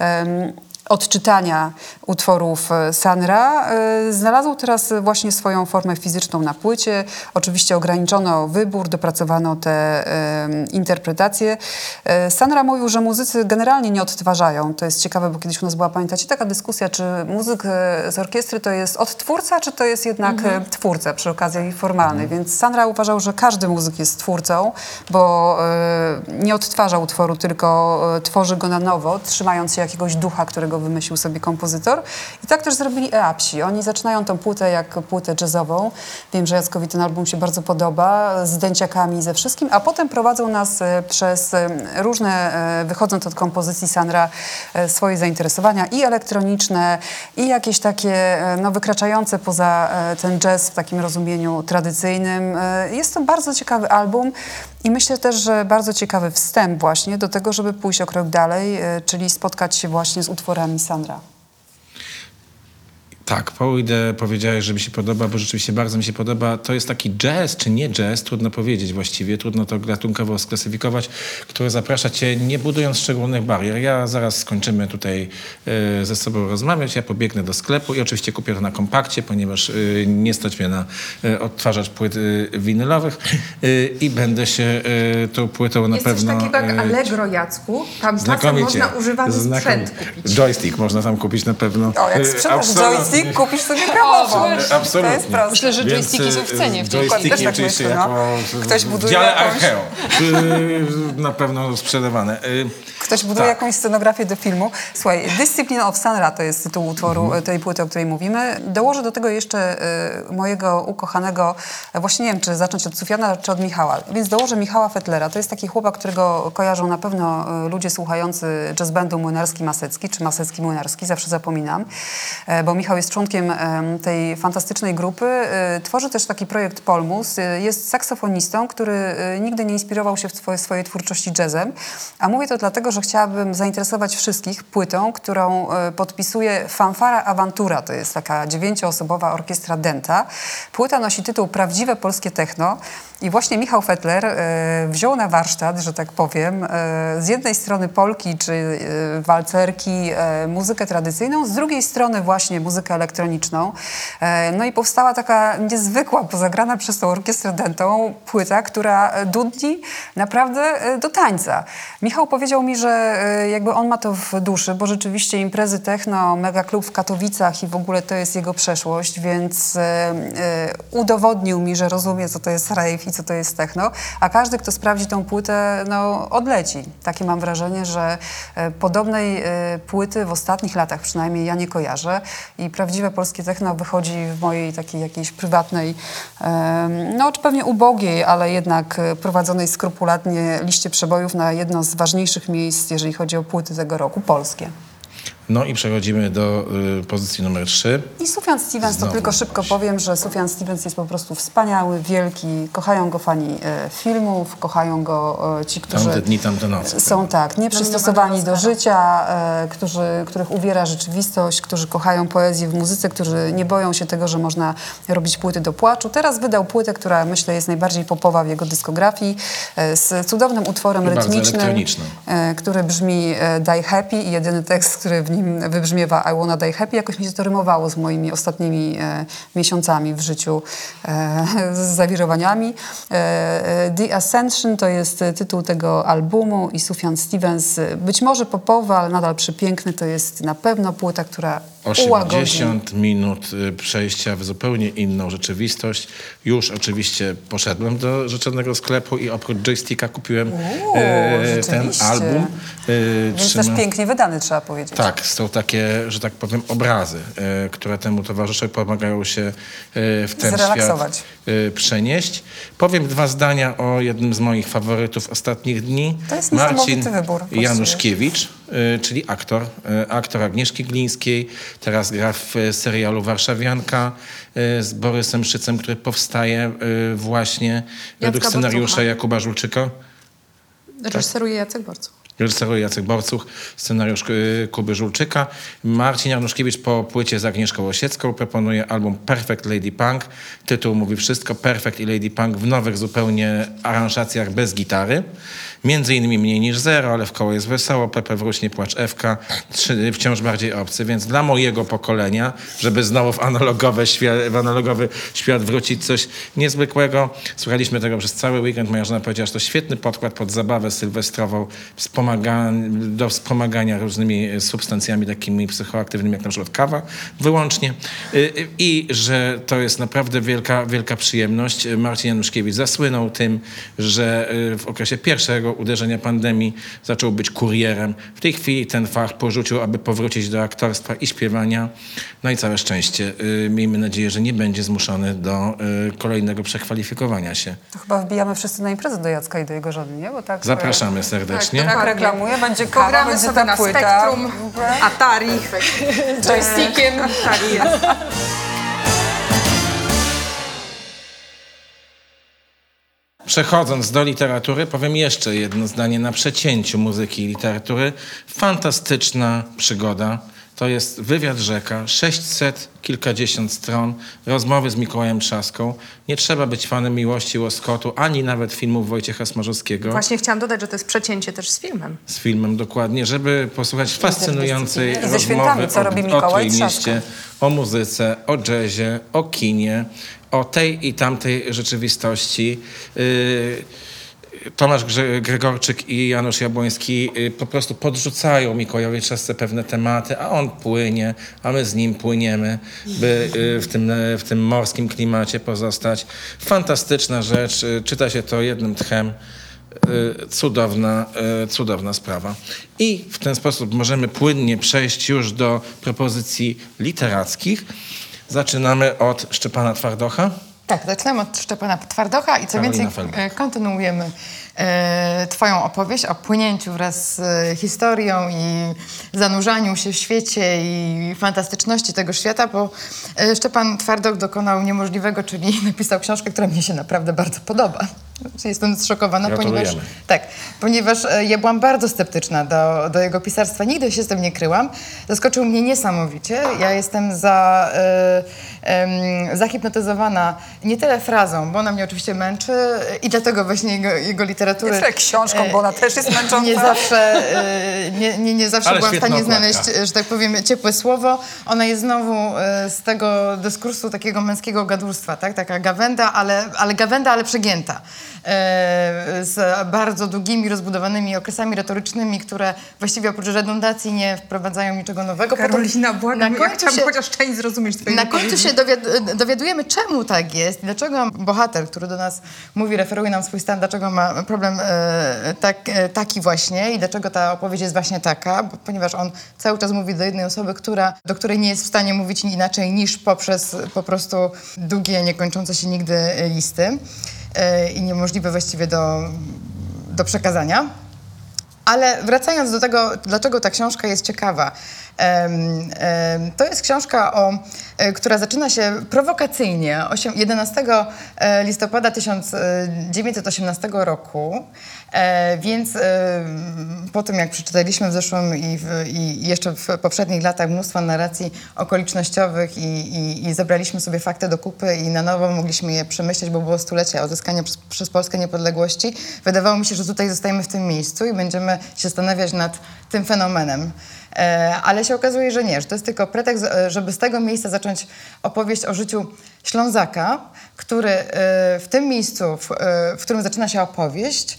[SPEAKER 2] odczytania utworów Sun Ra, znalazł teraz właśnie swoją formę fizyczną na płycie. Oczywiście ograniczono wybór, dopracowano te interpretacje. Sun Ra mówił, że muzycy generalnie nie odtwarzają. To jest ciekawe, bo kiedyś u nas była, pamiętacie, taka dyskusja, czy muzyk z orkiestry to jest odtwórca, czy to jest jednak twórca przy okazji formalnej. Więc Sun Ra uważał, że każdy muzyk jest twórcą, bo nie odtwarza utworu, tylko tworzy go na nowo, trzymając się jakiegoś ducha, którego wymyślił sobie kompozytor. I tak też zrobili EAPS-i. Oni zaczynają tą płytę jak płytę jazzową. Wiem, że Jackowi ten album się bardzo podoba, z dęciakami, ze wszystkim, a potem prowadzą nas przez różne, wychodząc od kompozycji Sun Ra, swoje zainteresowania i elektroniczne, i jakieś takie wykraczające poza ten jazz w takim rozumieniu tradycyjnym. Jest to bardzo ciekawy album i myślę też, że bardzo ciekawy wstęp właśnie do tego, żeby pójść o krok dalej, czyli spotkać się właśnie z utworami Sun Ra.
[SPEAKER 1] Tak, powiedziałeś, że mi się podoba, bo rzeczywiście bardzo mi się podoba. To jest taki jazz, czy nie jazz, trudno powiedzieć właściwie, trudno to gatunkowo sklasyfikować, który zaprasza cię, nie budując szczególnych barier. Ja zaraz skończymy tutaj ze sobą rozmawiać, ja pobiegnę do sklepu i oczywiście kupię to na kompakcie, ponieważ nie stać mnie na odtwarzacz płyt winylowych i będę się tą płytą na
[SPEAKER 3] Jest
[SPEAKER 1] pewno...
[SPEAKER 3] coś takiego jak Allegro, Jacku. Tam czasem można używany sprzęt kupić.
[SPEAKER 1] Joystick można tam kupić na pewno.
[SPEAKER 2] O, jak sprzedasz
[SPEAKER 1] Absolutnie.
[SPEAKER 2] joystick, kupisz sobie gramofon.
[SPEAKER 1] Absolutnie.
[SPEAKER 2] To jest proste.
[SPEAKER 6] Myślę, że
[SPEAKER 1] Więc,
[SPEAKER 6] joysticki są w cenie w tej
[SPEAKER 1] joysticki
[SPEAKER 2] Też tak
[SPEAKER 1] oczywiście
[SPEAKER 2] myślę, no.
[SPEAKER 1] jako
[SPEAKER 2] Ktoś
[SPEAKER 1] w
[SPEAKER 2] buduje
[SPEAKER 1] dziale
[SPEAKER 2] jakąś-
[SPEAKER 1] Archeo. Na pewno sprzedawane.
[SPEAKER 2] Ktoś buduje
[SPEAKER 1] Tak.
[SPEAKER 2] jakąś scenografię do filmu. Słuchaj, Discipline of Sun Ra to jest tytuł utworu tej płyty, o której mówimy. Dołożę do tego jeszcze mojego ukochanego, właśnie nie wiem, czy zacząć od Sufjana, czy od Michała. Więc dołożę Michała Fettlera. To jest taki chłopak, którego kojarzą na pewno ludzie słuchający jazz bandu Młynarski Masecki, czy Masecki Młynarski, zawsze zapominam, bo Michał jest członkiem tej fantastycznej grupy. Tworzy też taki projekt Polmus. Jest saksofonistą, który nigdy nie inspirował się w swojej twórczości jazzem. A mówię to dlatego, że chciałabym zainteresować wszystkich płytą, którą podpisuje Fanfara Awantura. To jest taka 9-osobowa orkiestra Denta. Płyta nosi tytuł Prawdziwe polskie techno. I właśnie Michał Fettler wziął na warsztat, że tak powiem, z jednej strony polki czy walcerki, muzykę tradycyjną, z drugiej strony właśnie muzykę elektroniczną. No i powstała taka niezwykła, pozagrana przez tą orkiestrę dentą płyta, która dudni naprawdę do tańca. Michał powiedział mi, że że jakby on ma to w duszy, bo rzeczywiście imprezy techno, mega klub w Katowicach i w ogóle to jest jego przeszłość, więc udowodnił mi, że rozumie, co to jest rave i co to jest techno, a każdy, kto sprawdzi tą płytę, no odleci. Takie mam wrażenie, że podobnej płyty w ostatnich latach przynajmniej ja nie kojarzę i prawdziwe polskie techno wychodzi w mojej takiej jakiejś prywatnej, no czy pewnie ubogiej, ale jednak prowadzonej skrupulatnie liście przebojów na jedno z ważniejszych miejsc, jeżeli chodzi o płyty tego roku, polskie.
[SPEAKER 1] No i przechodzimy do pozycji numer 3.
[SPEAKER 2] I Sufjan Stevens, to
[SPEAKER 1] Znowu
[SPEAKER 2] tylko szybko
[SPEAKER 1] właśnie.
[SPEAKER 2] powiem, że Sufjan Stevens jest po prostu wspaniały, wielki. Kochają go fani filmów, kochają go ci, którzy
[SPEAKER 1] Tamte dni, tamte noce.
[SPEAKER 2] są tak nieprzystosowani do życia, których uwiera rzeczywistość, którzy kochają poezję w muzyce, którzy nie boją się tego, że można robić płyty do płaczu. Teraz wydał płytę, która myślę jest najbardziej popowa w jego dyskografii, z cudownym utworem
[SPEAKER 1] I bardzo
[SPEAKER 2] rytmicznym,
[SPEAKER 1] elektroniczną.
[SPEAKER 2] który brzmi Die Happy i jedyny tekst, który w nim wybrzmiewa I wanna die happy. Jakoś mi się to rymowało z moimi ostatnimi miesiącami w życiu z zawirowaniami. The Ascension to jest tytuł tego albumu i Sufjan Stevens, być może popowa, ale nadal przepiękny, to jest na pewno płyta, która ułagodzi.
[SPEAKER 1] 80 minut przejścia w zupełnie inną rzeczywistość. Już oczywiście poszedłem do rzeczonego sklepu i oprócz joysticka kupiłem ten
[SPEAKER 2] rzeczywiście.
[SPEAKER 1] album.
[SPEAKER 2] Więc też pięknie wydany, trzeba powiedzieć.
[SPEAKER 1] Tak, są takie, że tak powiem, obrazy, które temu towarzyszą i pomagają się w ten
[SPEAKER 2] Zrelaksować.
[SPEAKER 1] świat przenieść. Powiem 2 zdania o jednym z moich faworytów ostatnich dni.
[SPEAKER 2] To jest
[SPEAKER 1] Marcin
[SPEAKER 2] niesamowity wybór, właściwie.
[SPEAKER 1] Januszkiewicz, czyli aktor Agnieszki Glińskiej. Teraz gra w serialu Warszawianka z Borysem Szycem, który powstaje właśnie według scenariusza
[SPEAKER 3] Borcucha.
[SPEAKER 1] Jakuba Żulczyka.
[SPEAKER 3] Reżyseruje Jacek Borcuch.
[SPEAKER 1] Reżyseruje Jacek Borcuch, scenariusz Kuby Żulczyka. Marcin Januszkiewicz po płycie z Agnieszką Osiecką proponuje album Perfect Lady Punk. Tytuł mówi wszystko. Perfect i Lady Punk w nowych zupełnie aranżacjach bez gitary. Między innymi Mniej niż zero, ale w koło jest wesoło. Pepe wróć, nie płacz, Ewka. Wciąż bardziej obcy. Więc dla mojego pokolenia, żeby znowu w analogowy świat wrócić coś niezwykłego. Słuchaliśmy tego przez cały weekend. Moja żona powiedziała, że to świetny podkład pod zabawę sylwestrową, do wspomagania różnymi substancjami takimi psychoaktywnymi, jak na przykład kawa, wyłącznie. I że to jest naprawdę wielka przyjemność. Marcin Januszkiewicz zasłynął tym, że w okresie pierwszego uderzenia pandemii zaczął być kurierem. W tej chwili ten fach porzucił, aby powrócić do aktorstwa i śpiewania. No i całe szczęście. Miejmy nadzieję, że nie będzie zmuszony do kolejnego przekwalifikowania się.
[SPEAKER 2] To chyba wbijamy wszyscy na imprezę do Jacka i do jego żony, nie? Bo tak,
[SPEAKER 1] Zapraszamy serdecznie.
[SPEAKER 2] tak reklamuje, będzie kawa,
[SPEAKER 3] Pogramy
[SPEAKER 2] będzie
[SPEAKER 3] sobie
[SPEAKER 2] ta
[SPEAKER 3] na
[SPEAKER 2] płyta.
[SPEAKER 3] Spektrum, Atari.
[SPEAKER 6] Joystickiem.
[SPEAKER 3] Tak jest.
[SPEAKER 1] Przechodząc do literatury, powiem jeszcze jedno zdanie na przecięciu muzyki i literatury. Fantastyczna przygoda. To jest Wywiad Rzeka, 600 kilkadziesiąt stron, rozmowy z Mikołajem Trzaską. Nie trzeba być fanem Miłości i Łoskotu, ani nawet filmów Wojciecha Smarzowskiego.
[SPEAKER 3] Właśnie chciałam dodać, że to jest przecięcie też z filmem.
[SPEAKER 1] Z filmem dokładnie, żeby posłuchać fascynującej
[SPEAKER 2] I ze
[SPEAKER 1] rozmowy
[SPEAKER 2] świętami, co robi
[SPEAKER 1] o
[SPEAKER 2] Mikołaj
[SPEAKER 1] Trójmieście, o muzyce, o jazzie, o kinie, o tej i tamtej rzeczywistości. Tomasz Gregorczyk i Janusz Jabłoński po prostu podrzucają Mikołajowi Trzasce pewne tematy, a on płynie, a my z nim płyniemy, by w tym morskim klimacie pozostać. Fantastyczna rzecz, czyta się to jednym tchem. Cudowna sprawa. I w ten sposób możemy płynnie przejść już do propozycji literackich. Zaczynamy od Szczepana Twardocha.
[SPEAKER 5] Tak, zaczynamy od Szczepana Twardocha i co
[SPEAKER 1] Karolina
[SPEAKER 5] więcej
[SPEAKER 1] Felbach.
[SPEAKER 5] kontynuujemy twoją opowieść o płynięciu wraz z historią i zanurzaniu się w świecie i fantastyczności tego świata, bo Szczepan Twardoch dokonał niemożliwego, czyli napisał książkę, która mnie się naprawdę bardzo podoba. Jestem zszokowana, ponieważ ja byłam bardzo sceptyczna do jego pisarstwa. Nigdy się z tym nie kryłam. Zaskoczył mnie niesamowicie. Ja jestem za zahipnotyzowana nie tyle frazą, bo ona mnie oczywiście męczy i dlatego właśnie jego literatury...
[SPEAKER 2] Nie tyle książką, bo ona też jest męcząca.
[SPEAKER 5] Nie zawsze
[SPEAKER 1] Ale
[SPEAKER 5] byłam w
[SPEAKER 1] świetna
[SPEAKER 5] stanie
[SPEAKER 1] okładka.
[SPEAKER 5] znaleźć, że tak powiem, ciepłe słowo. Ona jest znowu z tego dyskursu takiego męskiego gadulstwa, tak? Taka gawenda, ale przegięta. Z bardzo długimi, rozbudowanymi okresami retorycznymi, które właściwie oprócz redundacji nie wprowadzają niczego nowego.
[SPEAKER 3] Karolina, błagam, ja chciałam
[SPEAKER 5] się-
[SPEAKER 3] chociaż część zrozumieć twojej
[SPEAKER 5] na końcu
[SPEAKER 3] wypowiedzi.
[SPEAKER 5] się dowiadujemy, czemu tak jest, dlaczego bohater, który do nas mówi, referuje nam swój stan, dlaczego ma problem taki właśnie i dlaczego ta opowieść jest właśnie taka, ponieważ on cały czas mówi do jednej osoby, do której nie jest w stanie mówić inaczej niż poprzez po prostu długie, niekończące się nigdy listy i niemożliwe właściwie do przekazania. Ale wracając do tego, dlaczego ta książka jest ciekawa. To jest książka, która zaczyna się prowokacyjnie 11 listopada 1918 roku, więc po tym, jak przeczytaliśmy w zeszłym i jeszcze w poprzednich latach mnóstwo narracji okolicznościowych i zebraliśmy sobie fakty do kupy i na nowo mogliśmy je przemyśleć, bo było stulecie odzyskania przez Polskę niepodległości, wydawało mi się, że tutaj zostajemy w tym miejscu i będziemy się zastanawiać nad tym fenomenem. Ale się okazuje, że nie, że to jest tylko pretekst, żeby z tego miejsca zacząć opowieść o życiu Ślązaka, który w tym miejscu, w którym zaczyna się opowieść,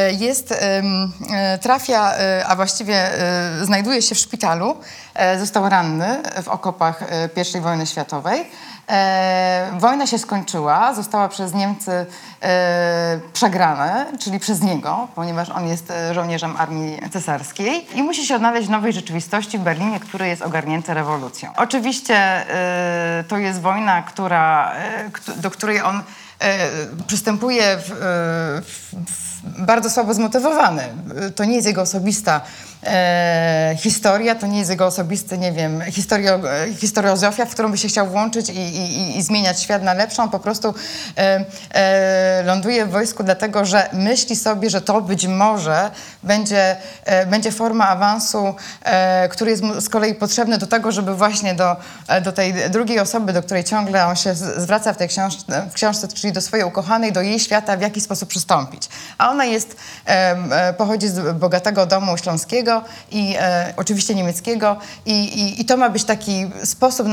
[SPEAKER 5] trafia, a właściwie znajduje się w szpitalu, został ranny w okopach I wojny światowej. Wojna się skończyła, została przez Niemcy przegrana, czyli przez niego, ponieważ on jest żołnierzem armii cesarskiej i musi się odnaleźć w nowej rzeczywistości w Berlinie, który jest ogarnięty rewolucją. Oczywiście to jest wojna, do której on przystępuje bardzo słabo zmotywowany. To nie jest jego osobista historia, to nie jest jego osobisty, nie wiem, historiozofia, w którą by się chciał włączyć i zmieniać świat na lepszą. On po prostu ląduje w wojsku dlatego, że myśli sobie, że to być może będzie forma awansu, który jest mu z kolei potrzebny do tego, żeby właśnie do tej drugiej osoby, do której ciągle on się zwraca w tej książce, czyli do swojej ukochanej, do jej świata, w jaki sposób przystąpić. A ona pochodzi z bogatego domu śląskiego i oczywiście niemieckiego i to ma być taki sposób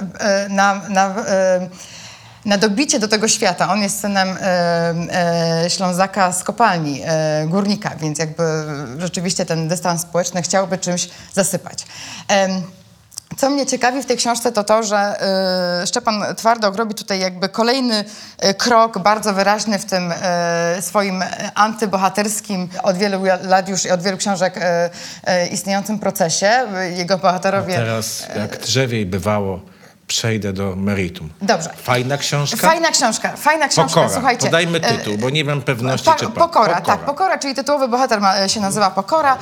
[SPEAKER 5] na dobicie do tego świata. On jest synem Ślązaka z kopalni, górnika, więc jakby rzeczywiście ten dystans społeczny chciałby czymś zasypać. Co mnie ciekawi w tej książce, to, że Szczepan Twardok robi tutaj jakby kolejny krok bardzo wyraźny w tym swoim antybohaterskim od wielu lat już i od wielu książek istniejącym procesie. Jego bohaterowie...
[SPEAKER 1] Teraz, jak drzewiej bywało, przejdę do meritum.
[SPEAKER 5] Dobrze.
[SPEAKER 1] Fajna książka?
[SPEAKER 5] Fajna książka.
[SPEAKER 1] Pokora.
[SPEAKER 5] Słuchajcie.
[SPEAKER 1] Podajmy tytuł, bo nie mam pewności, czy
[SPEAKER 5] Pokora, tak. Pokora, czyli tytułowy bohater się nazywa Pokora.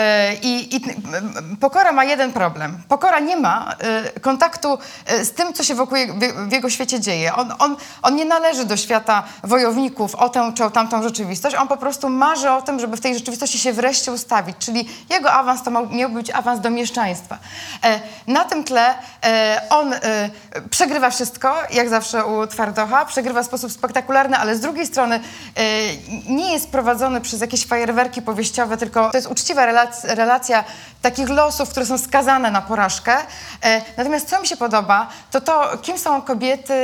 [SPEAKER 5] Pokora ma jeden problem. Pokora nie ma kontaktu z tym, co się wokół w jego świecie dzieje. On nie należy do świata wojowników o tę czy o tamtą rzeczywistość. On po prostu marzy o tym, żeby w tej rzeczywistości się wreszcie ustawić. Czyli jego awans to miał być awans do mieszczaństwa. Na tym tle on przegrywa wszystko, jak zawsze u Twardocha, przegrywa w sposób spektakularny, ale z drugiej strony nie jest prowadzony przez jakieś fajerwerki powieściowe, tylko to jest uczciwa relacja takich losów, które są skazane na porażkę. Natomiast co mi się podoba, to kim są kobiety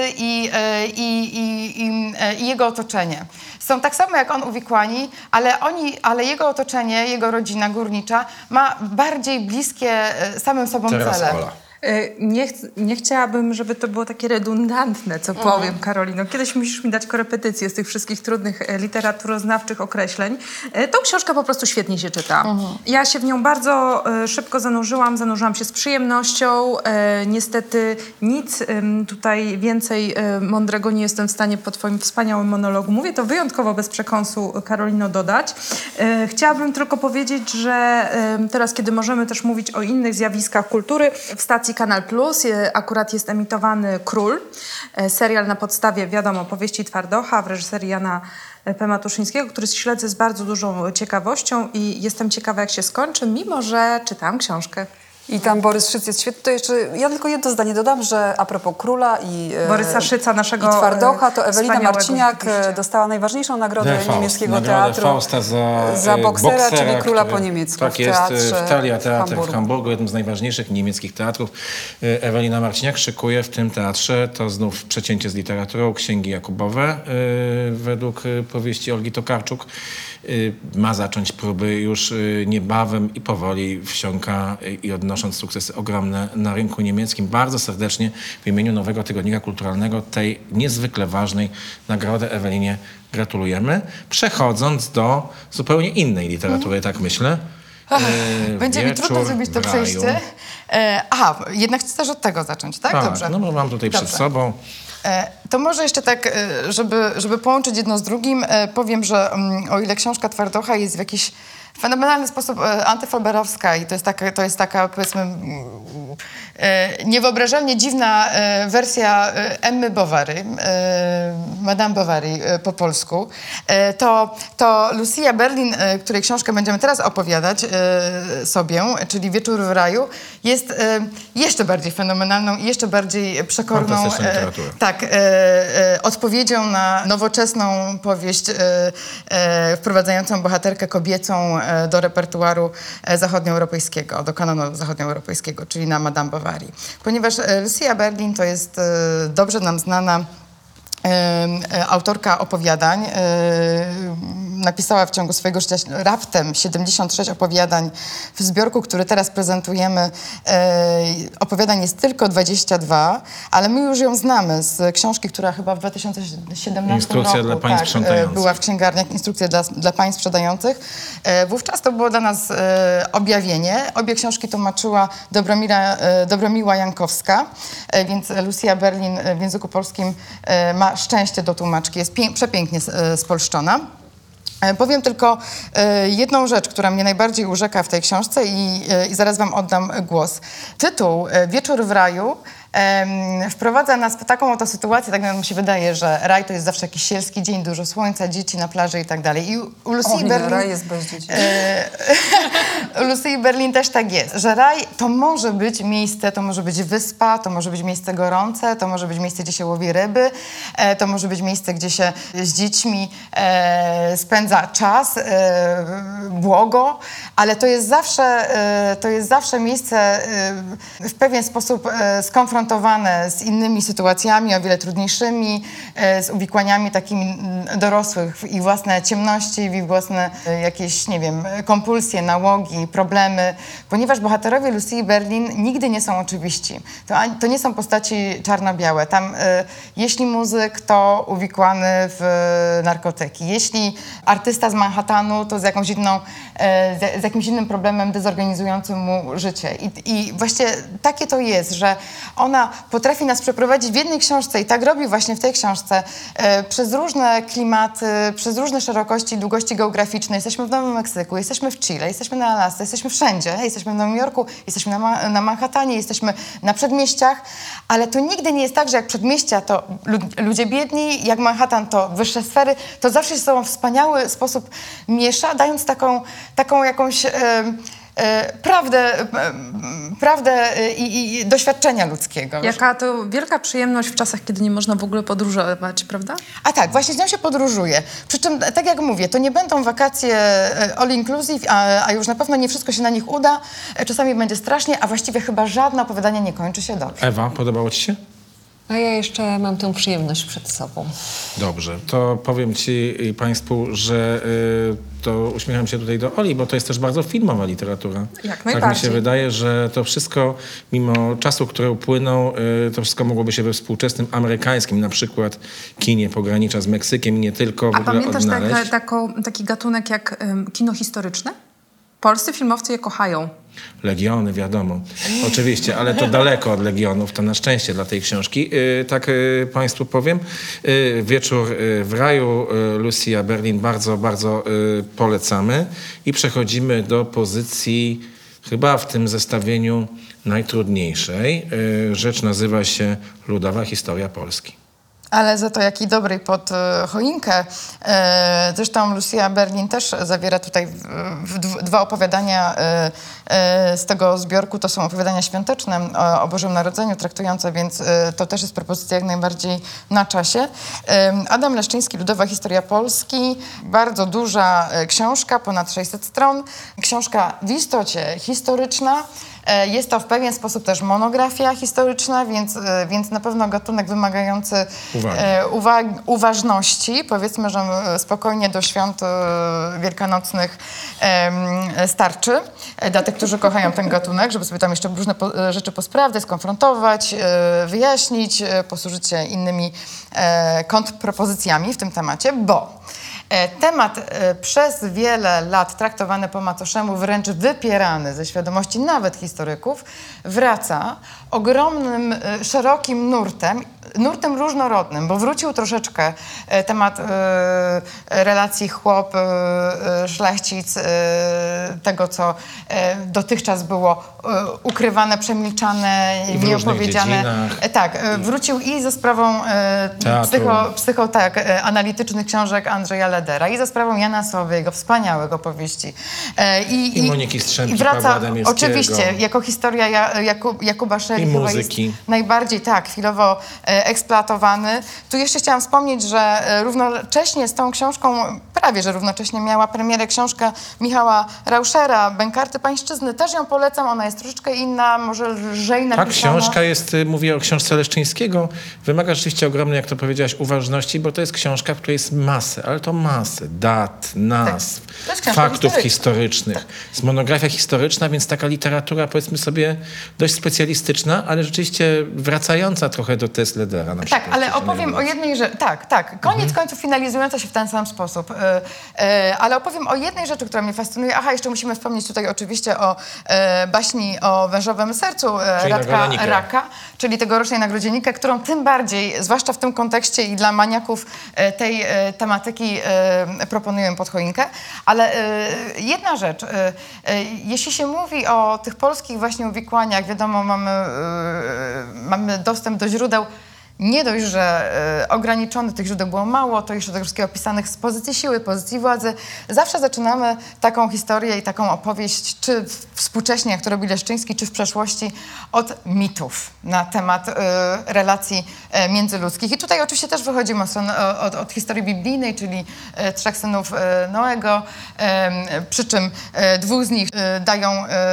[SPEAKER 5] i jego otoczenie. Są tak samo jak on uwikłani, ale jego otoczenie, jego rodzina górnicza ma bardziej bliskie samym sobą
[SPEAKER 1] Teraz
[SPEAKER 5] cele.
[SPEAKER 1] Ola.
[SPEAKER 3] Nie chciałabym, żeby to było takie redundantne, co powiem, Karolino. Kiedyś musisz mi dać korepetycje z tych wszystkich trudnych literaturoznawczych określeń. Tą książkę po prostu świetnie się czyta. Ja się w nią bardzo szybko zanurzyłam się z przyjemnością. Niestety nic tutaj więcej mądrego nie jestem w stanie po twoim wspaniałym monologu. Mówię to wyjątkowo bez przekąsu, Karolino, dodać. Chciałabym tylko powiedzieć, że teraz, kiedy możemy też mówić o innych zjawiskach kultury, w stacji Kanal Plus akurat jest emitowany Król, serial na podstawie, wiadomo, powieści Twardocha w reżyserii Jana P. Matuszyńskiego, który śledzę z bardzo dużą ciekawością i jestem ciekawa, jak się skończy, mimo że czytałam książkę.
[SPEAKER 2] I tam Borys Szyc jest świetny. To jeszcze ja tylko jedno zdanie dodam, że a propos króla i
[SPEAKER 3] Borysa Szyca, naszego
[SPEAKER 2] i Twardocha, to Ewelina
[SPEAKER 3] wspaniałego
[SPEAKER 2] Marciniak
[SPEAKER 3] rzeczywiście.
[SPEAKER 2] dostała najważniejszą nagrodę
[SPEAKER 1] Faust,
[SPEAKER 2] niemieckiego
[SPEAKER 1] nagrodę
[SPEAKER 2] teatru
[SPEAKER 1] Fausta
[SPEAKER 2] za boksera, czyli króla
[SPEAKER 1] który-
[SPEAKER 2] po niemiecku
[SPEAKER 1] Tak
[SPEAKER 2] w
[SPEAKER 1] jest,
[SPEAKER 2] teatrze
[SPEAKER 1] w Thalia Teatr w
[SPEAKER 2] Hamburgu.
[SPEAKER 1] Hamburgu, jednym z najważniejszych niemieckich teatrów. Ewelina Marciniak szykuje w tym teatrze, to znów przecięcie z literaturą, Księgi Jakubowe, według powieści Olgi Tokarczuk. Ma zacząć próby już niebawem i powoli wsiąka i odnosząc sukcesy ogromne na rynku niemieckim. Bardzo serdecznie w imieniu Nowego Tygodnika Kulturalnego tej niezwykle ważnej nagrody Ewelinie gratulujemy. Przechodząc do zupełnie innej literatury, tak myślę.
[SPEAKER 5] Będzie mi
[SPEAKER 1] Wieczór
[SPEAKER 5] trudno zrobić to
[SPEAKER 1] w raju.
[SPEAKER 5] przejście. Jednak chcesz też od tego zacząć, tak?
[SPEAKER 1] Tak,
[SPEAKER 5] Dobrze.
[SPEAKER 1] no bo mam tutaj przed
[SPEAKER 5] Dobrze.
[SPEAKER 1] sobą.
[SPEAKER 5] To może jeszcze tak, żeby połączyć jedno z drugim, powiem, że o ile książka Twardocha jest w jakiś fenomenalny sposób antyfalberowska i to jest taka, powiedzmy, niewyobrażalnie dziwna wersja Emmy Bovary, Madame Bovary po polsku, to Lucia Berlin, której książkę będziemy teraz opowiadać sobie, czyli Wieczór w raju, jest jeszcze bardziej fenomenalną i jeszcze bardziej przekorną
[SPEAKER 1] Fantastyczna literatura.
[SPEAKER 5] odpowiedzią na nowoczesną powieść wprowadzającą bohaterkę kobiecą do repertuaru zachodnioeuropejskiego, do kanonu zachodnioeuropejskiego, czyli na Madame Bovary. Ponieważ Lucia Berlin to jest dobrze nam znana autorka opowiadań. Napisała w ciągu swojego życia raptem 76 opowiadań. W zbiorku, który teraz prezentujemy, opowiadań jest tylko 22, ale my już ją znamy z książki, która chyba w 2017
[SPEAKER 1] Instrukcja
[SPEAKER 5] roku
[SPEAKER 1] dla pań sprzątających.
[SPEAKER 5] była w księgarniach, Instrukcja dla pań sprzątających. Wówczas to było dla nas objawienie. Obie książki tłumaczyła Dobromiła Jankowska, więc Lucia Berlin w języku polskim ma szczęście do tłumaczki, jest przepięknie spolszczona. Powiem tylko jedną rzecz, która mnie najbardziej urzeka w tej książce i zaraz wam oddam głos. Tytuł Wieczór w raju wprowadza nas w taką oto sytuację, tak nam się wydaje, że raj to jest zawsze jakiś sielski dzień, dużo słońca, dzieci na plaży i tak dalej. I u Lucy Berlin,
[SPEAKER 2] raj jest bez dzieci.
[SPEAKER 5] u Lucy Berlin też tak jest, że raj to może być miejsce, to może być wyspa, to może być miejsce gorące, to może być miejsce, gdzie się łowi ryby, to może być miejsce, gdzie się z dziećmi spędza czas, błogo, ale to jest zawsze miejsce w pewien sposób skonfrontowane z innymi sytuacjami, o wiele trudniejszymi, z uwikłaniami takimi dorosłych w ich własne ciemności, w ich własne jakieś, nie wiem, kompulsje, nałogi, problemy, ponieważ bohaterowie Lucy Berlin nigdy nie są oczywiści. To nie są postaci czarno-białe. Tam jeśli muzyk, to uwikłany w narkotyki. Jeśli artysta z Manhattanu, to z jakimś innym problemem dezorganizującym mu życie. I właśnie takie to jest, że ona potrafi nas przeprowadzić w jednej książce i tak robi właśnie w tej książce przez różne klimaty, przez różne szerokości i długości geograficzne. Jesteśmy w Nowym Meksyku, jesteśmy w Chile, jesteśmy na Alasce, jesteśmy wszędzie, jesteśmy w Nowym Jorku, jesteśmy na Manhattanie, jesteśmy na przedmieściach, ale to nigdy nie jest tak, że jak przedmieścia to ludzie biedni, jak Manhattan to wyższe sfery, to zawsze się ze sobą w wspaniały sposób miesza, dając taką jakąś prawdę i doświadczenia ludzkiego.
[SPEAKER 3] Jaka to wielka przyjemność w czasach, kiedy nie można w ogóle podróżować, prawda?
[SPEAKER 5] A tak, właśnie z nią się podróżuje. Przy czym, tak jak mówię, to nie będą wakacje all inclusive, a już na pewno nie wszystko się na nich uda. Czasami będzie strasznie, a właściwie chyba żadne opowiadanie nie kończy się dobrze.
[SPEAKER 1] Ewa, podobało ci się?
[SPEAKER 6] A ja jeszcze mam tę przyjemność przed sobą.
[SPEAKER 1] Dobrze, to powiem ci i państwu, że to uśmiecham się tutaj do Oli, bo to jest też bardzo filmowa literatura.
[SPEAKER 3] Jak
[SPEAKER 1] Tak mi
[SPEAKER 3] najbardziej.
[SPEAKER 1] się wydaje, że to wszystko, mimo czasu, który upłynął, to wszystko mogłoby się we współczesnym amerykańskim, na przykład kinie pogranicza z Meksykiem i nie tylko w
[SPEAKER 3] A
[SPEAKER 1] ogóle
[SPEAKER 3] pamiętasz
[SPEAKER 1] odnaleźć.
[SPEAKER 3] taki gatunek jak kino historyczne? Polscy filmowcy je kochają.
[SPEAKER 1] Legiony, wiadomo. Oczywiście, ale to daleko od Legionów, to na szczęście dla tej książki. Tak państwu powiem. Wieczór w raju, Lucia Berlin, bardzo, bardzo polecamy. I przechodzimy do pozycji chyba w tym zestawieniu najtrudniejszej. Rzecz nazywa się Ludowa Historia Polski.
[SPEAKER 5] Ale za to jaki dobry pod choinkę. Zresztą Lucia Berlin też zawiera tutaj dwa opowiadania z tego zbiorku. To są opowiadania świąteczne o Bożym Narodzeniu traktujące, więc to też jest propozycja jak najbardziej na czasie. Adam Leszczyński, Ludowa Historia Polski. Bardzo duża książka, ponad 600 stron. Książka w istocie historyczna. Jest to w pewien sposób też monografia historyczna, więc na pewno gatunek wymagający uważności. Powiedzmy, że spokojnie do świąt wielkanocnych starczy dla tych, którzy kochają ten gatunek, żeby sobie tam jeszcze różne rzeczy posprawdzać, skonfrontować, wyjaśnić, posłużyć się innymi kontrpropozycjami w tym temacie, bo temat przez wiele lat traktowany po macoszemu, wręcz wypierany ze świadomości nawet historyków, wraca ogromnym, szerokim nurtem różnorodnym, bo wrócił troszeczkę temat relacji chłop-szlachcic, tego, co dotychczas było ukrywane, przemilczane, nieopowiedziane. Tak, wrócił i ze sprawą analitycznych książek Andrzeja Ledera i za sprawą Jana Sowy, wspaniałego powieści.
[SPEAKER 1] I Moniki Strzemki,
[SPEAKER 5] wraca,
[SPEAKER 1] Pawła Adamskiego.
[SPEAKER 5] oczywiście, jako historia Jakuba Szeli
[SPEAKER 1] I
[SPEAKER 5] chyba
[SPEAKER 1] muzyki.
[SPEAKER 5] jest najbardziej chwilowo eksploatowany. Tu jeszcze chciałam wspomnieć, że równocześnie z tą książką, prawie że równocześnie miała premierę książka Michała Rauschera, Bękarty Pańszczyzny. Też ją polecam, ona jest troszeczkę inna, może lżej napisana.
[SPEAKER 1] Tak, książka jest, mówię o książce Leszczyńskiego, wymaga rzeczywiście ogromnej, jak to powiedziałaś, uważności, bo to jest książka, w której jest masy, ale to masy dat, nazw,
[SPEAKER 5] To jest książka
[SPEAKER 1] faktów historycznych. Jest monografia historyczna, więc taka literatura, powiedzmy sobie, dość specjalistyczna, ale rzeczywiście wracająca trochę do tez Ledera na przykład.
[SPEAKER 5] Tak, ale opowiem o jednej rzeczy. Tak. Koniec końców finalizująca się w ten sam sposób. Ale opowiem o jednej rzeczy, która mnie fascynuje. Jeszcze musimy wspomnieć tutaj oczywiście o baśni o wężowym sercu Radka Raka, czyli tegorocznej nagrodzie Nika, którą tym bardziej, zwłaszcza w tym kontekście i dla maniaków tej tematyki proponuję pod choinkę. Ale jedna rzecz. Jeśli się mówi o tych polskich właśnie uwikłaniach, wiadomo, mamy dostęp do źródeł. Nie dość, że ograniczone tych źródeł było mało, to jeszcze tego wszystkiego opisanych z pozycji siły, pozycji władzy. Zawsze zaczynamy taką historię i taką opowieść, czy współcześnie, jak to robi Leszczyński, czy w przeszłości, od mitów na temat relacji międzyludzkich. I tutaj oczywiście też wychodzimy od historii biblijnej, czyli 3 synów Noego, przy czym 2 z nich dają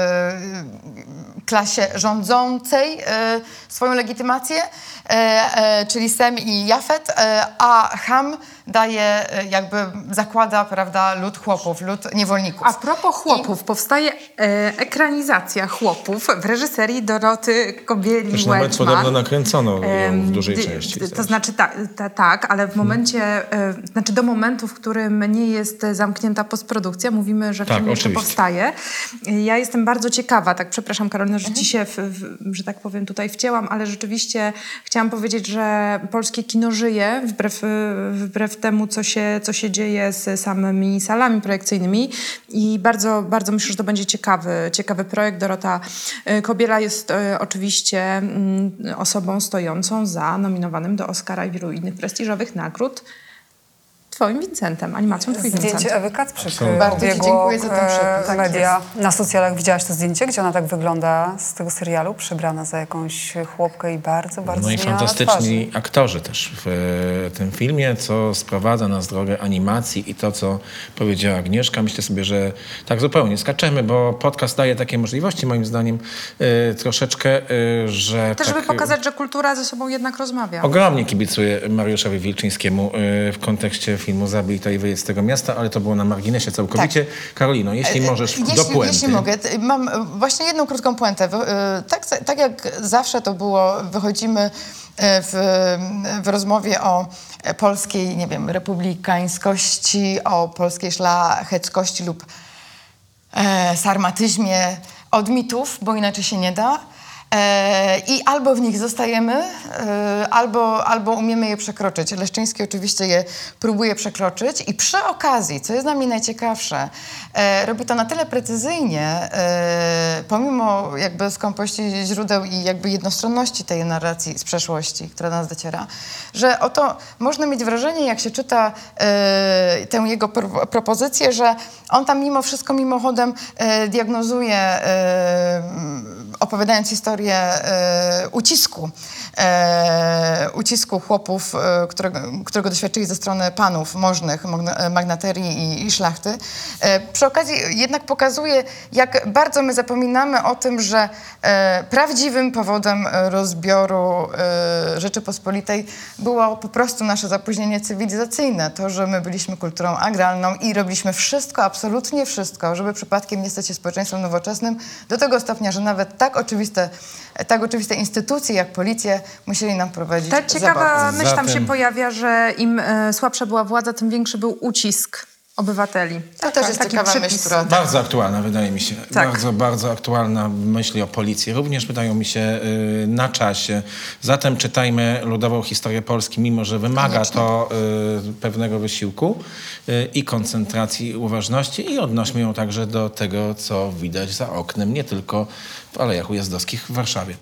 [SPEAKER 5] klasie rządzącej swoją legitymację, czyli Sem i Jafet, a Ham daje, zakłada, prawda, lud chłopów, lud niewolników.
[SPEAKER 3] A propos chłopów, powstaje ekranizacja chłopów w reżyserii Doroty Kobieli-Łęczmak.
[SPEAKER 1] Też nawet podobno nakręcono ją w dużej części.
[SPEAKER 3] To znaczy tak, ale w momencie, do momentu, w którym nie jest zamknięta postprodukcja, mówimy, że film jeszcze powstaje. Ja jestem bardzo ciekawa, przepraszam Karolina, że ci się, że tak powiem, tutaj wcięłam, ale rzeczywiście chciałam powiedzieć, że polskie kino żyje wbrew temu, co się dzieje z samymi salami projekcyjnymi i bardzo, bardzo myślę, że to będzie ciekawy projekt. Dorota Kobiela jest oczywiście osobą stojącą za nominowanym do Oscara i wielu innych prestiżowych nagród twoim Vincentem, animacją twój Vincent.
[SPEAKER 2] Zdjęcie Ewy Kacprzyk
[SPEAKER 5] Bardzo ci dziękuję za ten przepis.
[SPEAKER 2] media. Na socjalach widziałaś to zdjęcie, gdzie ona tak wygląda z tego serialu, przebrana za jakąś chłopkę i bardzo, bardzo
[SPEAKER 1] No i
[SPEAKER 2] zmieniona
[SPEAKER 1] fantastyczni aktorzy też w tym filmie, co sprowadza nas drogę animacji i to, co powiedziała Agnieszka. Myślę sobie, że tak zupełnie skaczemy, bo podcast daje takie możliwości, moim zdaniem, troszeczkę, że...
[SPEAKER 3] Też, żeby pokazać, że kultura ze sobą jednak rozmawia.
[SPEAKER 1] Ogromnie kibicuję Mariuszowi Wilczyńskiemu w kontekście filmu Zabij to i wyjedź z tego miasta, ale to było na marginesie całkowicie. Tak. Karolino, jeśli możesz do puenty.
[SPEAKER 5] Jeśli mogę. Mam właśnie jedną krótką puentę. Tak jak zawsze to było, wychodzimy w rozmowie o polskiej, republikańskości, o polskiej szlacheckości lub sarmatyzmie od mitów, bo inaczej się nie da. I albo w nich zostajemy, albo umiemy je przekroczyć. Leszczyński oczywiście je próbuje przekroczyć i przy okazji, co jest dla mnie najciekawsze, robi to na tyle precyzyjnie, pomimo jakby skąpości źródeł i jakby jednostronności tej narracji z przeszłości, która do nas dociera, że oto można mieć wrażenie, jak się czyta tę jego propozycję, że on tam mimo wszystko mimochodem diagnozuje, opowiadając historię ucisku chłopów, którego doświadczyli ze strony panów możnych, magnaterii i szlachty. Przy okazji jednak pokazuje, jak bardzo my zapominamy o tym, że prawdziwym powodem rozbioru Rzeczypospolitej było po prostu nasze zapóźnienie cywilizacyjne. To, że my byliśmy kulturą agralną i robiliśmy wszystko, absolutnie wszystko, żeby przypadkiem nie stać się społeczeństwem nowoczesnym, do tego stopnia, że nawet tak oczywiste instytucje jak policja musieli nam prowadzić
[SPEAKER 3] Ta ciekawa
[SPEAKER 5] zabawy.
[SPEAKER 3] myśl tam się
[SPEAKER 1] Zatem-
[SPEAKER 3] pojawia, że im słabsza była władza, tym większy był ucisk obywateli.
[SPEAKER 5] To też jest
[SPEAKER 3] Taki
[SPEAKER 5] ciekawa
[SPEAKER 3] przepis.
[SPEAKER 5] myśl, która...
[SPEAKER 1] Bardzo aktualna, wydaje mi się.
[SPEAKER 3] Tak.
[SPEAKER 1] Bardzo, bardzo aktualna myśli o policji. Również wydają mi się na czasie. Zatem czytajmy ludową historię Polski, mimo że wymaga to pewnego wysiłku i koncentracji, i uważności i odnośmy ją także do tego, co widać za oknem, nie tylko w Alejach Ujazdowskich w Warszawie.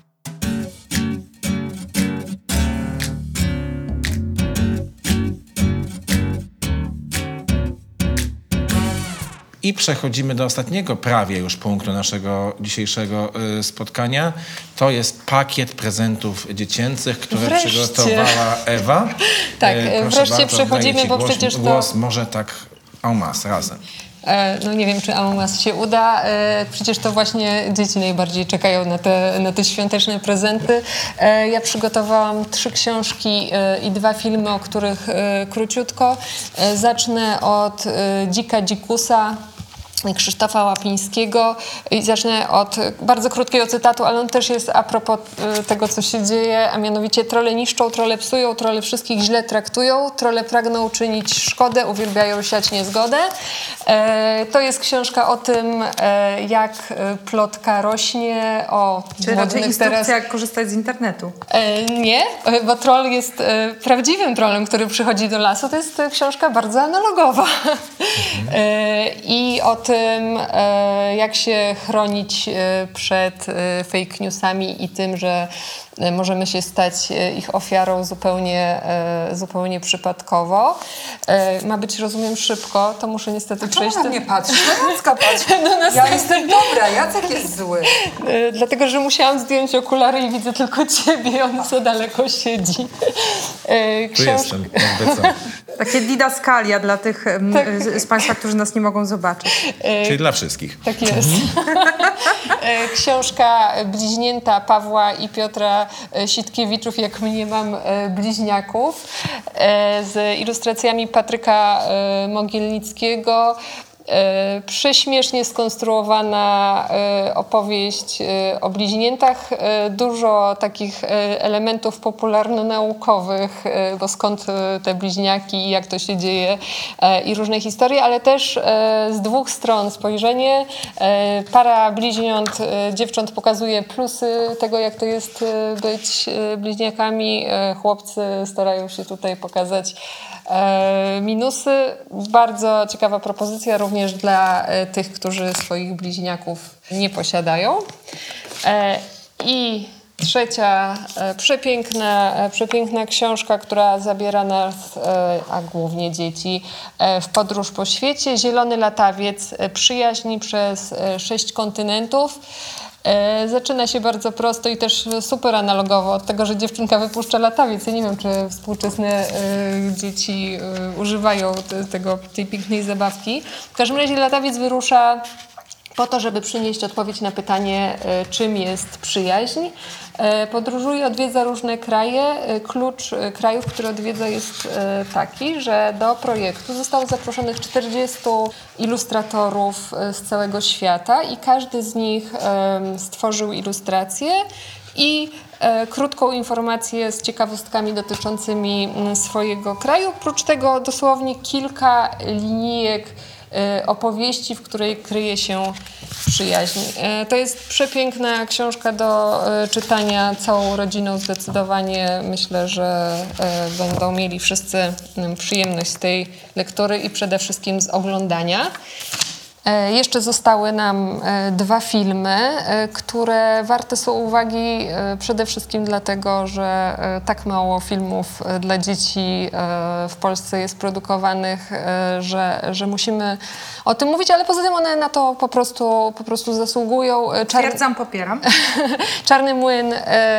[SPEAKER 1] I przechodzimy do ostatniego prawie już punktu naszego dzisiejszego spotkania. To jest pakiet prezentów dziecięcych, które
[SPEAKER 6] Wreszcie.
[SPEAKER 1] przygotowała Ewa.
[SPEAKER 6] Tak,
[SPEAKER 1] Proszę
[SPEAKER 6] wreszcie
[SPEAKER 1] bardzo,
[SPEAKER 6] przechodzimy,
[SPEAKER 1] oddaję ci
[SPEAKER 6] bo
[SPEAKER 1] głos,
[SPEAKER 6] przecież to-
[SPEAKER 1] głos może tak en masse, razem.
[SPEAKER 6] No nie wiem, czy Amomas się uda. Przecież to właśnie dzieci najbardziej czekają na te świąteczne prezenty. Ja przygotowałam 3 książki i 2 filmy, o których króciutko. Zacznę od Dzika Dzikusa Krzysztofa Łapińskiego i zacznę od bardzo krótkiego cytatu, ale on też jest a propos tego, co się dzieje, a mianowicie: trolle niszczą, trolle psują, trolle wszystkich źle traktują, trolle pragną czynić szkodę, uwielbiają siać niezgodę. To jest książka o tym, jak plotka rośnie, o
[SPEAKER 3] Czy raczej
[SPEAKER 6] modnych
[SPEAKER 3] instrukcja,
[SPEAKER 6] teraz...
[SPEAKER 3] jak korzystać z internetu.
[SPEAKER 6] Nie, bo troll jest prawdziwym trollem, który przychodzi do lasu. To jest książka bardzo analogowa. I o tym, jak się chronić przed fake newsami i tym, że możemy się stać ich ofiarą zupełnie przypadkowo. Ma być, rozumiem, szybko, to muszę niestety przejść.
[SPEAKER 2] Czemu na mnie patrzy? Jacka patrzy. Ja jestem dobra, Jacek jest zły.
[SPEAKER 6] Dlatego, że musiałam zdjąć okulary i widzę tylko ciebie, on za daleko siedzi.
[SPEAKER 1] Tu jestem, jakby co.
[SPEAKER 3] Takie didaskalia dla tych z Państwa, którzy nas nie mogą zobaczyć.
[SPEAKER 1] Czyli dla wszystkich.
[SPEAKER 6] Tak jest. Książka Bliźnięta Pawła i Piotra Sitkiewiczów, jak mniemam, bliźniaków, z ilustracjami Patryka Mogielnickiego. Prześmiesznie skonstruowana opowieść o bliźniętach. Dużo takich elementów popularno-naukowych, bo skąd te bliźniaki i jak to się dzieje i różne historie, ale też z 2 stron spojrzenie. Para bliźniąt, dziewcząt pokazuje plusy tego, jak to jest być bliźniakami. Chłopcy starają się tutaj pokazać minusy. Bardzo ciekawa propozycja również dla tych, którzy swoich bliźniaków nie posiadają. I trzecia przepiękna książka, która zabiera nas, a głównie dzieci, w podróż po świecie. Zielony latawiec, przyjaźń przez 6 kontynentów. Zaczyna się bardzo prosto i też super analogowo od tego, że dziewczynka wypuszcza latawiec. Ja nie wiem, czy współczesne dzieci używają tej pięknej zabawki. W każdym razie latawiec wyrusza po to, żeby przynieść odpowiedź na pytanie, czym jest przyjaźń. Podróżuje, odwiedza różne kraje. Klucz krajów, które odwiedza, jest taki, że do projektu zostało zaproszonych 40 ilustratorów z całego świata i każdy z nich stworzył ilustrację i krótką informację z ciekawostkami dotyczącymi swojego kraju. Oprócz tego dosłownie kilka linijek opowieści, w której kryje się przyjaźń. To jest przepiękna książka do czytania całą rodziną zdecydowanie. Myślę, że będą mieli wszyscy przyjemność z tej lektury i przede wszystkim z oglądania. Jeszcze zostały nam 2 filmy, które warte są uwagi przede wszystkim dlatego, że tak mało filmów dla dzieci w Polsce jest produkowanych, że musimy o tym mówić, ale poza tym one na to po prostu zasługują.
[SPEAKER 3] Twierdzam, popieram.
[SPEAKER 6] Czarny Młyn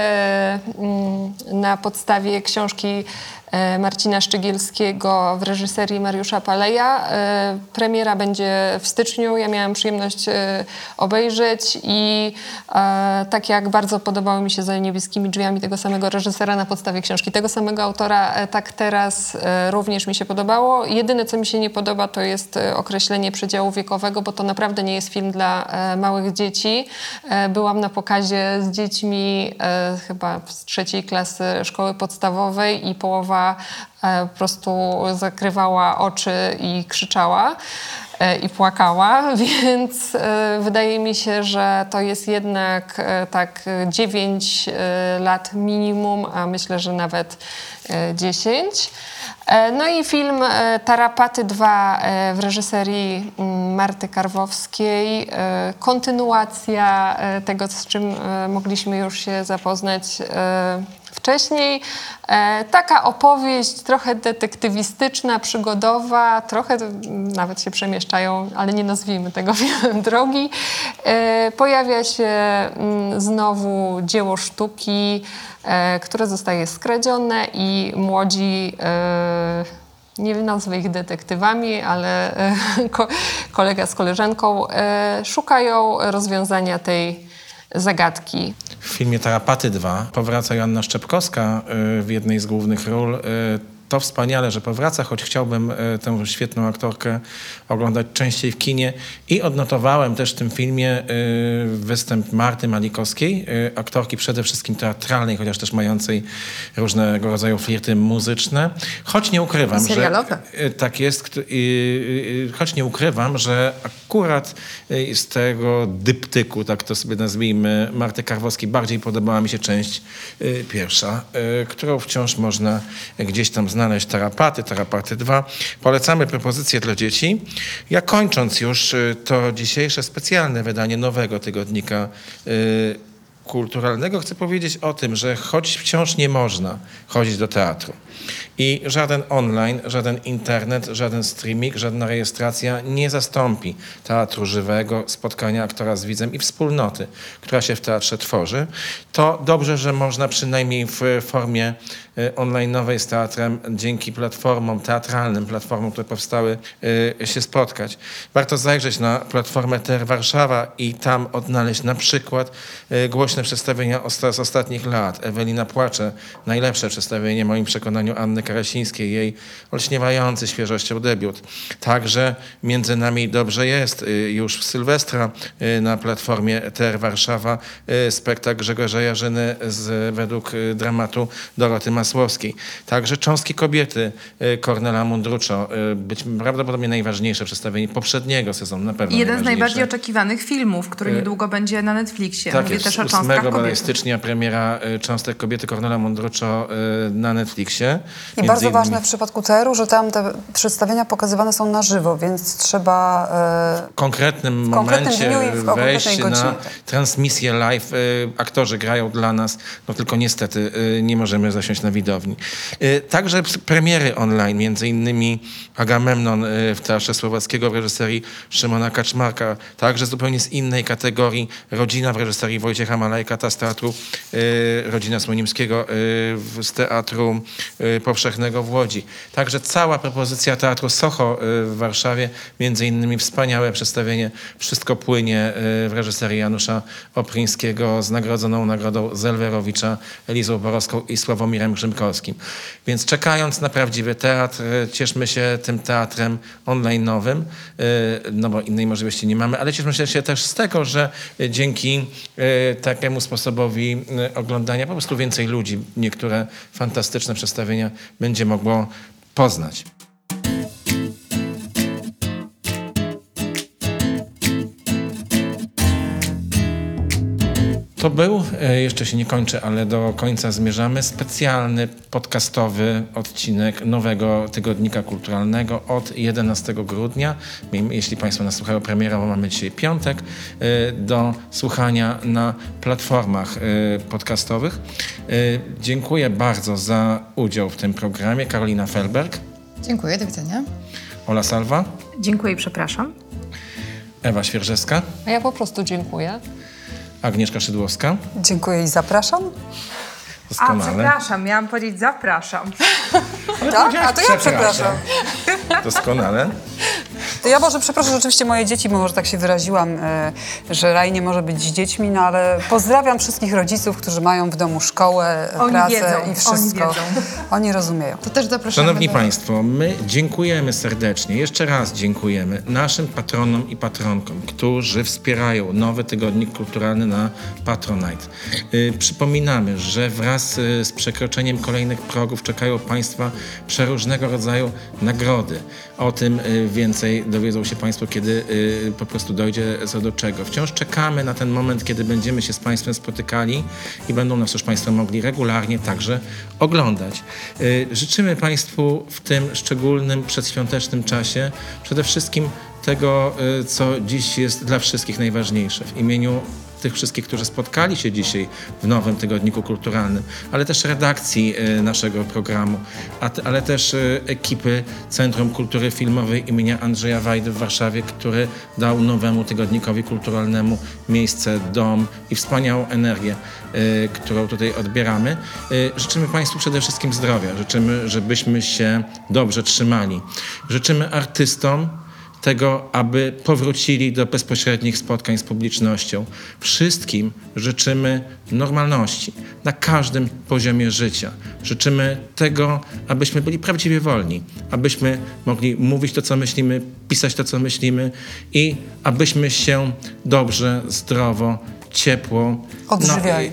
[SPEAKER 6] na podstawie książki Marcina Szczygielskiego w reżyserii Mariusza Paleja. Premiera będzie w styczniu. Ja miałam przyjemność obejrzeć i tak jak bardzo podobały mi się Za niebieskimi drzwiami tego samego reżysera na podstawie książki tego samego autora, tak teraz również mi się podobało. Jedyne, co mi się nie podoba, to jest określenie przedziału wiekowego, bo to naprawdę nie jest film dla małych dzieci. Byłam na pokazie z dziećmi chyba z 3. klasy szkoły podstawowej i połowa po prostu zakrywała oczy i krzyczała i płakała, więc wydaje mi się, że to jest jednak tak 9 lat minimum, a myślę, że nawet 10. No i film Tarapaty 2 w reżyserii Marty Karwowskiej. Kontynuacja tego, z czym mogliśmy już się zapoznać wcześniej. Taka opowieść trochę detektywistyczna, przygodowa, trochę nawet się przemieszczają, ale nie nazwijmy tego filmem drogi. Pojawia się znowu dzieło sztuki, które zostaje skradzione i młodzi, nie nazwę ich detektywami, ale kolega z koleżanką szukają rozwiązania tej zagadki.
[SPEAKER 1] W filmie Tarapaty 2 powraca Joanna Szczepkowska w jednej z głównych ról. To wspaniale, że powraca, choć chciałbym tę świetną aktorkę oglądać częściej w kinie. I odnotowałem też w tym filmie występ Marty Malikowskiej, aktorki przede wszystkim teatralnej, chociaż też mającej różnego rodzaju flirty muzyczne. Choć nie ukrywam,
[SPEAKER 2] serialowe.
[SPEAKER 1] że tak jest, choć nie ukrywam, że akurat z tego dyptyku, tak to sobie nazwijmy, Marty Karwowskiej bardziej podobała mi się część pierwsza, którą wciąż można gdzieś tam znaleźć. Tarapaty 2. Polecamy propozycje dla dzieci. Ja kończąc już to dzisiejsze specjalne wydanie nowego tygodnika kulturalnego, chcę powiedzieć o tym, że choć wciąż nie można chodzić do teatru i żaden online, żaden internet, żaden streaming, żadna rejestracja nie zastąpi teatru żywego, spotkania aktora z widzem i wspólnoty, która się w teatrze tworzy, to dobrze, że można przynajmniej w formie online'owej z teatrem dzięki platformom teatralnym, platformom, które powstały, się spotkać. Warto zajrzeć na platformę TR Warszawa i tam odnaleźć na przykład głośne przedstawienia z ostatnich lat. Ewelina płacze, najlepsze przedstawienie w moim przekonaniu Anny Karasińskiej, jej olśniewający świeżością debiut. Także Między nami dobrze jest już w Sylwestra na platformie TR Warszawa spektakl Grzegorza Jarzyny według dramatu Doroty Masłowskiej. Także Cząstki kobiety Kornela Mundruczo, być prawdopodobnie najważniejsze przedstawienie poprzedniego sezonu, na pewno
[SPEAKER 3] Jeden z najbardziej
[SPEAKER 1] najważniejsze.
[SPEAKER 3] oczekiwanych filmów, który niedługo będzie na Netflixie.
[SPEAKER 1] Tak
[SPEAKER 3] Mówię
[SPEAKER 1] jest,
[SPEAKER 3] też o
[SPEAKER 1] 8
[SPEAKER 3] Cząstkach
[SPEAKER 1] bodaj
[SPEAKER 3] kobiety.
[SPEAKER 1] stycznia premiera Cząstek kobiety Kornela Mundruczo na Netflixie.
[SPEAKER 2] I
[SPEAKER 1] Między
[SPEAKER 2] bardzo
[SPEAKER 1] innymi-
[SPEAKER 2] ważne w przypadku TR-u, że tam te przedstawienia pokazywane są na żywo, więc trzeba
[SPEAKER 1] w konkretnym
[SPEAKER 2] konkretnym
[SPEAKER 1] momencie
[SPEAKER 2] dniu i w konkretnej
[SPEAKER 1] wejść
[SPEAKER 2] godzinie.
[SPEAKER 1] na transmisję live. Aktorzy grają dla nas, no tylko niestety nie możemy zasiąść na widowni. Także premiery online, między innymi Agamemnon w Teatrze Słowackiego w reżyserii Szymona Kaczmarka, także zupełnie z innej kategorii Rodzina w reżyserii Wojciecha Malajkata z Teatru Rodzina Słonimskiego z Teatru Powszechnego w Łodzi. Także cała propozycja Teatru Soho w Warszawie, między innymi wspaniałe przedstawienie Wszystko płynie w reżyserii Janusza Opryńskiego z nagrodzoną nagrodą Zelwerowicza, Elizą Borowską i Sławomirem Grzymkowskim. Więc czekając na prawdziwy teatr, cieszmy się tym teatrem online'owym, no bo innej możliwości nie mamy, ale cieszmy się też z tego, że dzięki takiemu sposobowi oglądania po prostu więcej ludzi niektóre fantastyczne przedstawienia będzie mogło poznać. To był, jeszcze się nie kończy, ale do końca zmierzamy, specjalny podcastowy odcinek nowego tygodnika kulturalnego od 11 grudnia. Jeśli Państwo nas słuchają premierowo, mamy dzisiaj piątek, do słuchania na platformach podcastowych. Dziękuję bardzo za udział w tym programie. Karolina Felberg,
[SPEAKER 5] Dziękuję, do widzenia.
[SPEAKER 1] Ola Salwa,
[SPEAKER 3] Dziękuję i przepraszam.
[SPEAKER 1] Ewa Świerżewska,
[SPEAKER 6] A ja po prostu dziękuję.
[SPEAKER 1] Agnieszka Szydłowska.
[SPEAKER 2] Dziękuję i zapraszam.
[SPEAKER 1] Doskonale.
[SPEAKER 3] Przepraszam, miałam powiedzieć zapraszam.
[SPEAKER 2] Tak? A to ja przepraszam.
[SPEAKER 1] Doskonale.
[SPEAKER 2] To ja może przepraszam rzeczywiście moje dzieci, bo może tak się wyraziłam, że raj nie może być z dziećmi, no ale pozdrawiam wszystkich rodziców, którzy mają w domu szkołę,
[SPEAKER 3] Oni
[SPEAKER 2] pracę
[SPEAKER 3] wiedzą,
[SPEAKER 2] i wszystko.
[SPEAKER 3] oni wiedzą.
[SPEAKER 2] Oni rozumieją.
[SPEAKER 5] To też zapraszamy.
[SPEAKER 1] Szanowni
[SPEAKER 5] do-
[SPEAKER 1] Państwo, my dziękujemy serdecznie, jeszcze raz dziękujemy naszym patronom i patronkom, którzy wspierają nowy tygodnik kulturalny na Patronite. Przypominamy, że wraz z przekroczeniem kolejnych progów czekają Państwa przeróżnego rodzaju nagrody. O tym więcej dowiedzą się Państwo, kiedy po prostu dojdzie co do czego. Wciąż czekamy na ten moment, kiedy będziemy się z Państwem spotykali i będą nas już Państwo mogli regularnie także oglądać. Życzymy Państwu w tym szczególnym przedświątecznym czasie przede wszystkim tego, co dziś jest dla wszystkich najważniejsze. W imieniu tych wszystkich, którzy spotkali się dzisiaj w nowym tygodniku kulturalnym, ale też redakcji naszego programu, ale też ekipy Centrum Kultury Filmowej imienia Andrzeja Wajdy w Warszawie, który dał nowemu tygodnikowi kulturalnemu miejsce, dom i wspaniałą energię, którą tutaj odbieramy. Życzymy Państwu przede wszystkim zdrowia. Życzymy, żebyśmy się dobrze trzymali. Życzymy artystom tego, aby powrócili do bezpośrednich spotkań z publicznością. Wszystkim życzymy normalności na każdym poziomie życia. Życzymy tego, abyśmy byli prawdziwie wolni, abyśmy mogli mówić to, co myślimy, pisać to, co myślimy i abyśmy się dobrze, zdrowo, ciepło
[SPEAKER 2] Odżywiali.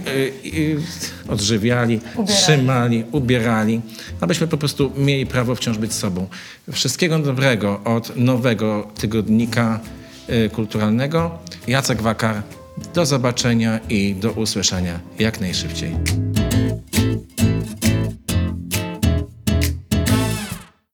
[SPEAKER 1] Odżywiali, trzymali, ubierali, abyśmy po prostu mieli prawo wciąż być sobą. Wszystkiego dobrego od nowego tygodnika kulturalnego. Jacek Wakar, do zobaczenia i do usłyszenia jak najszybciej.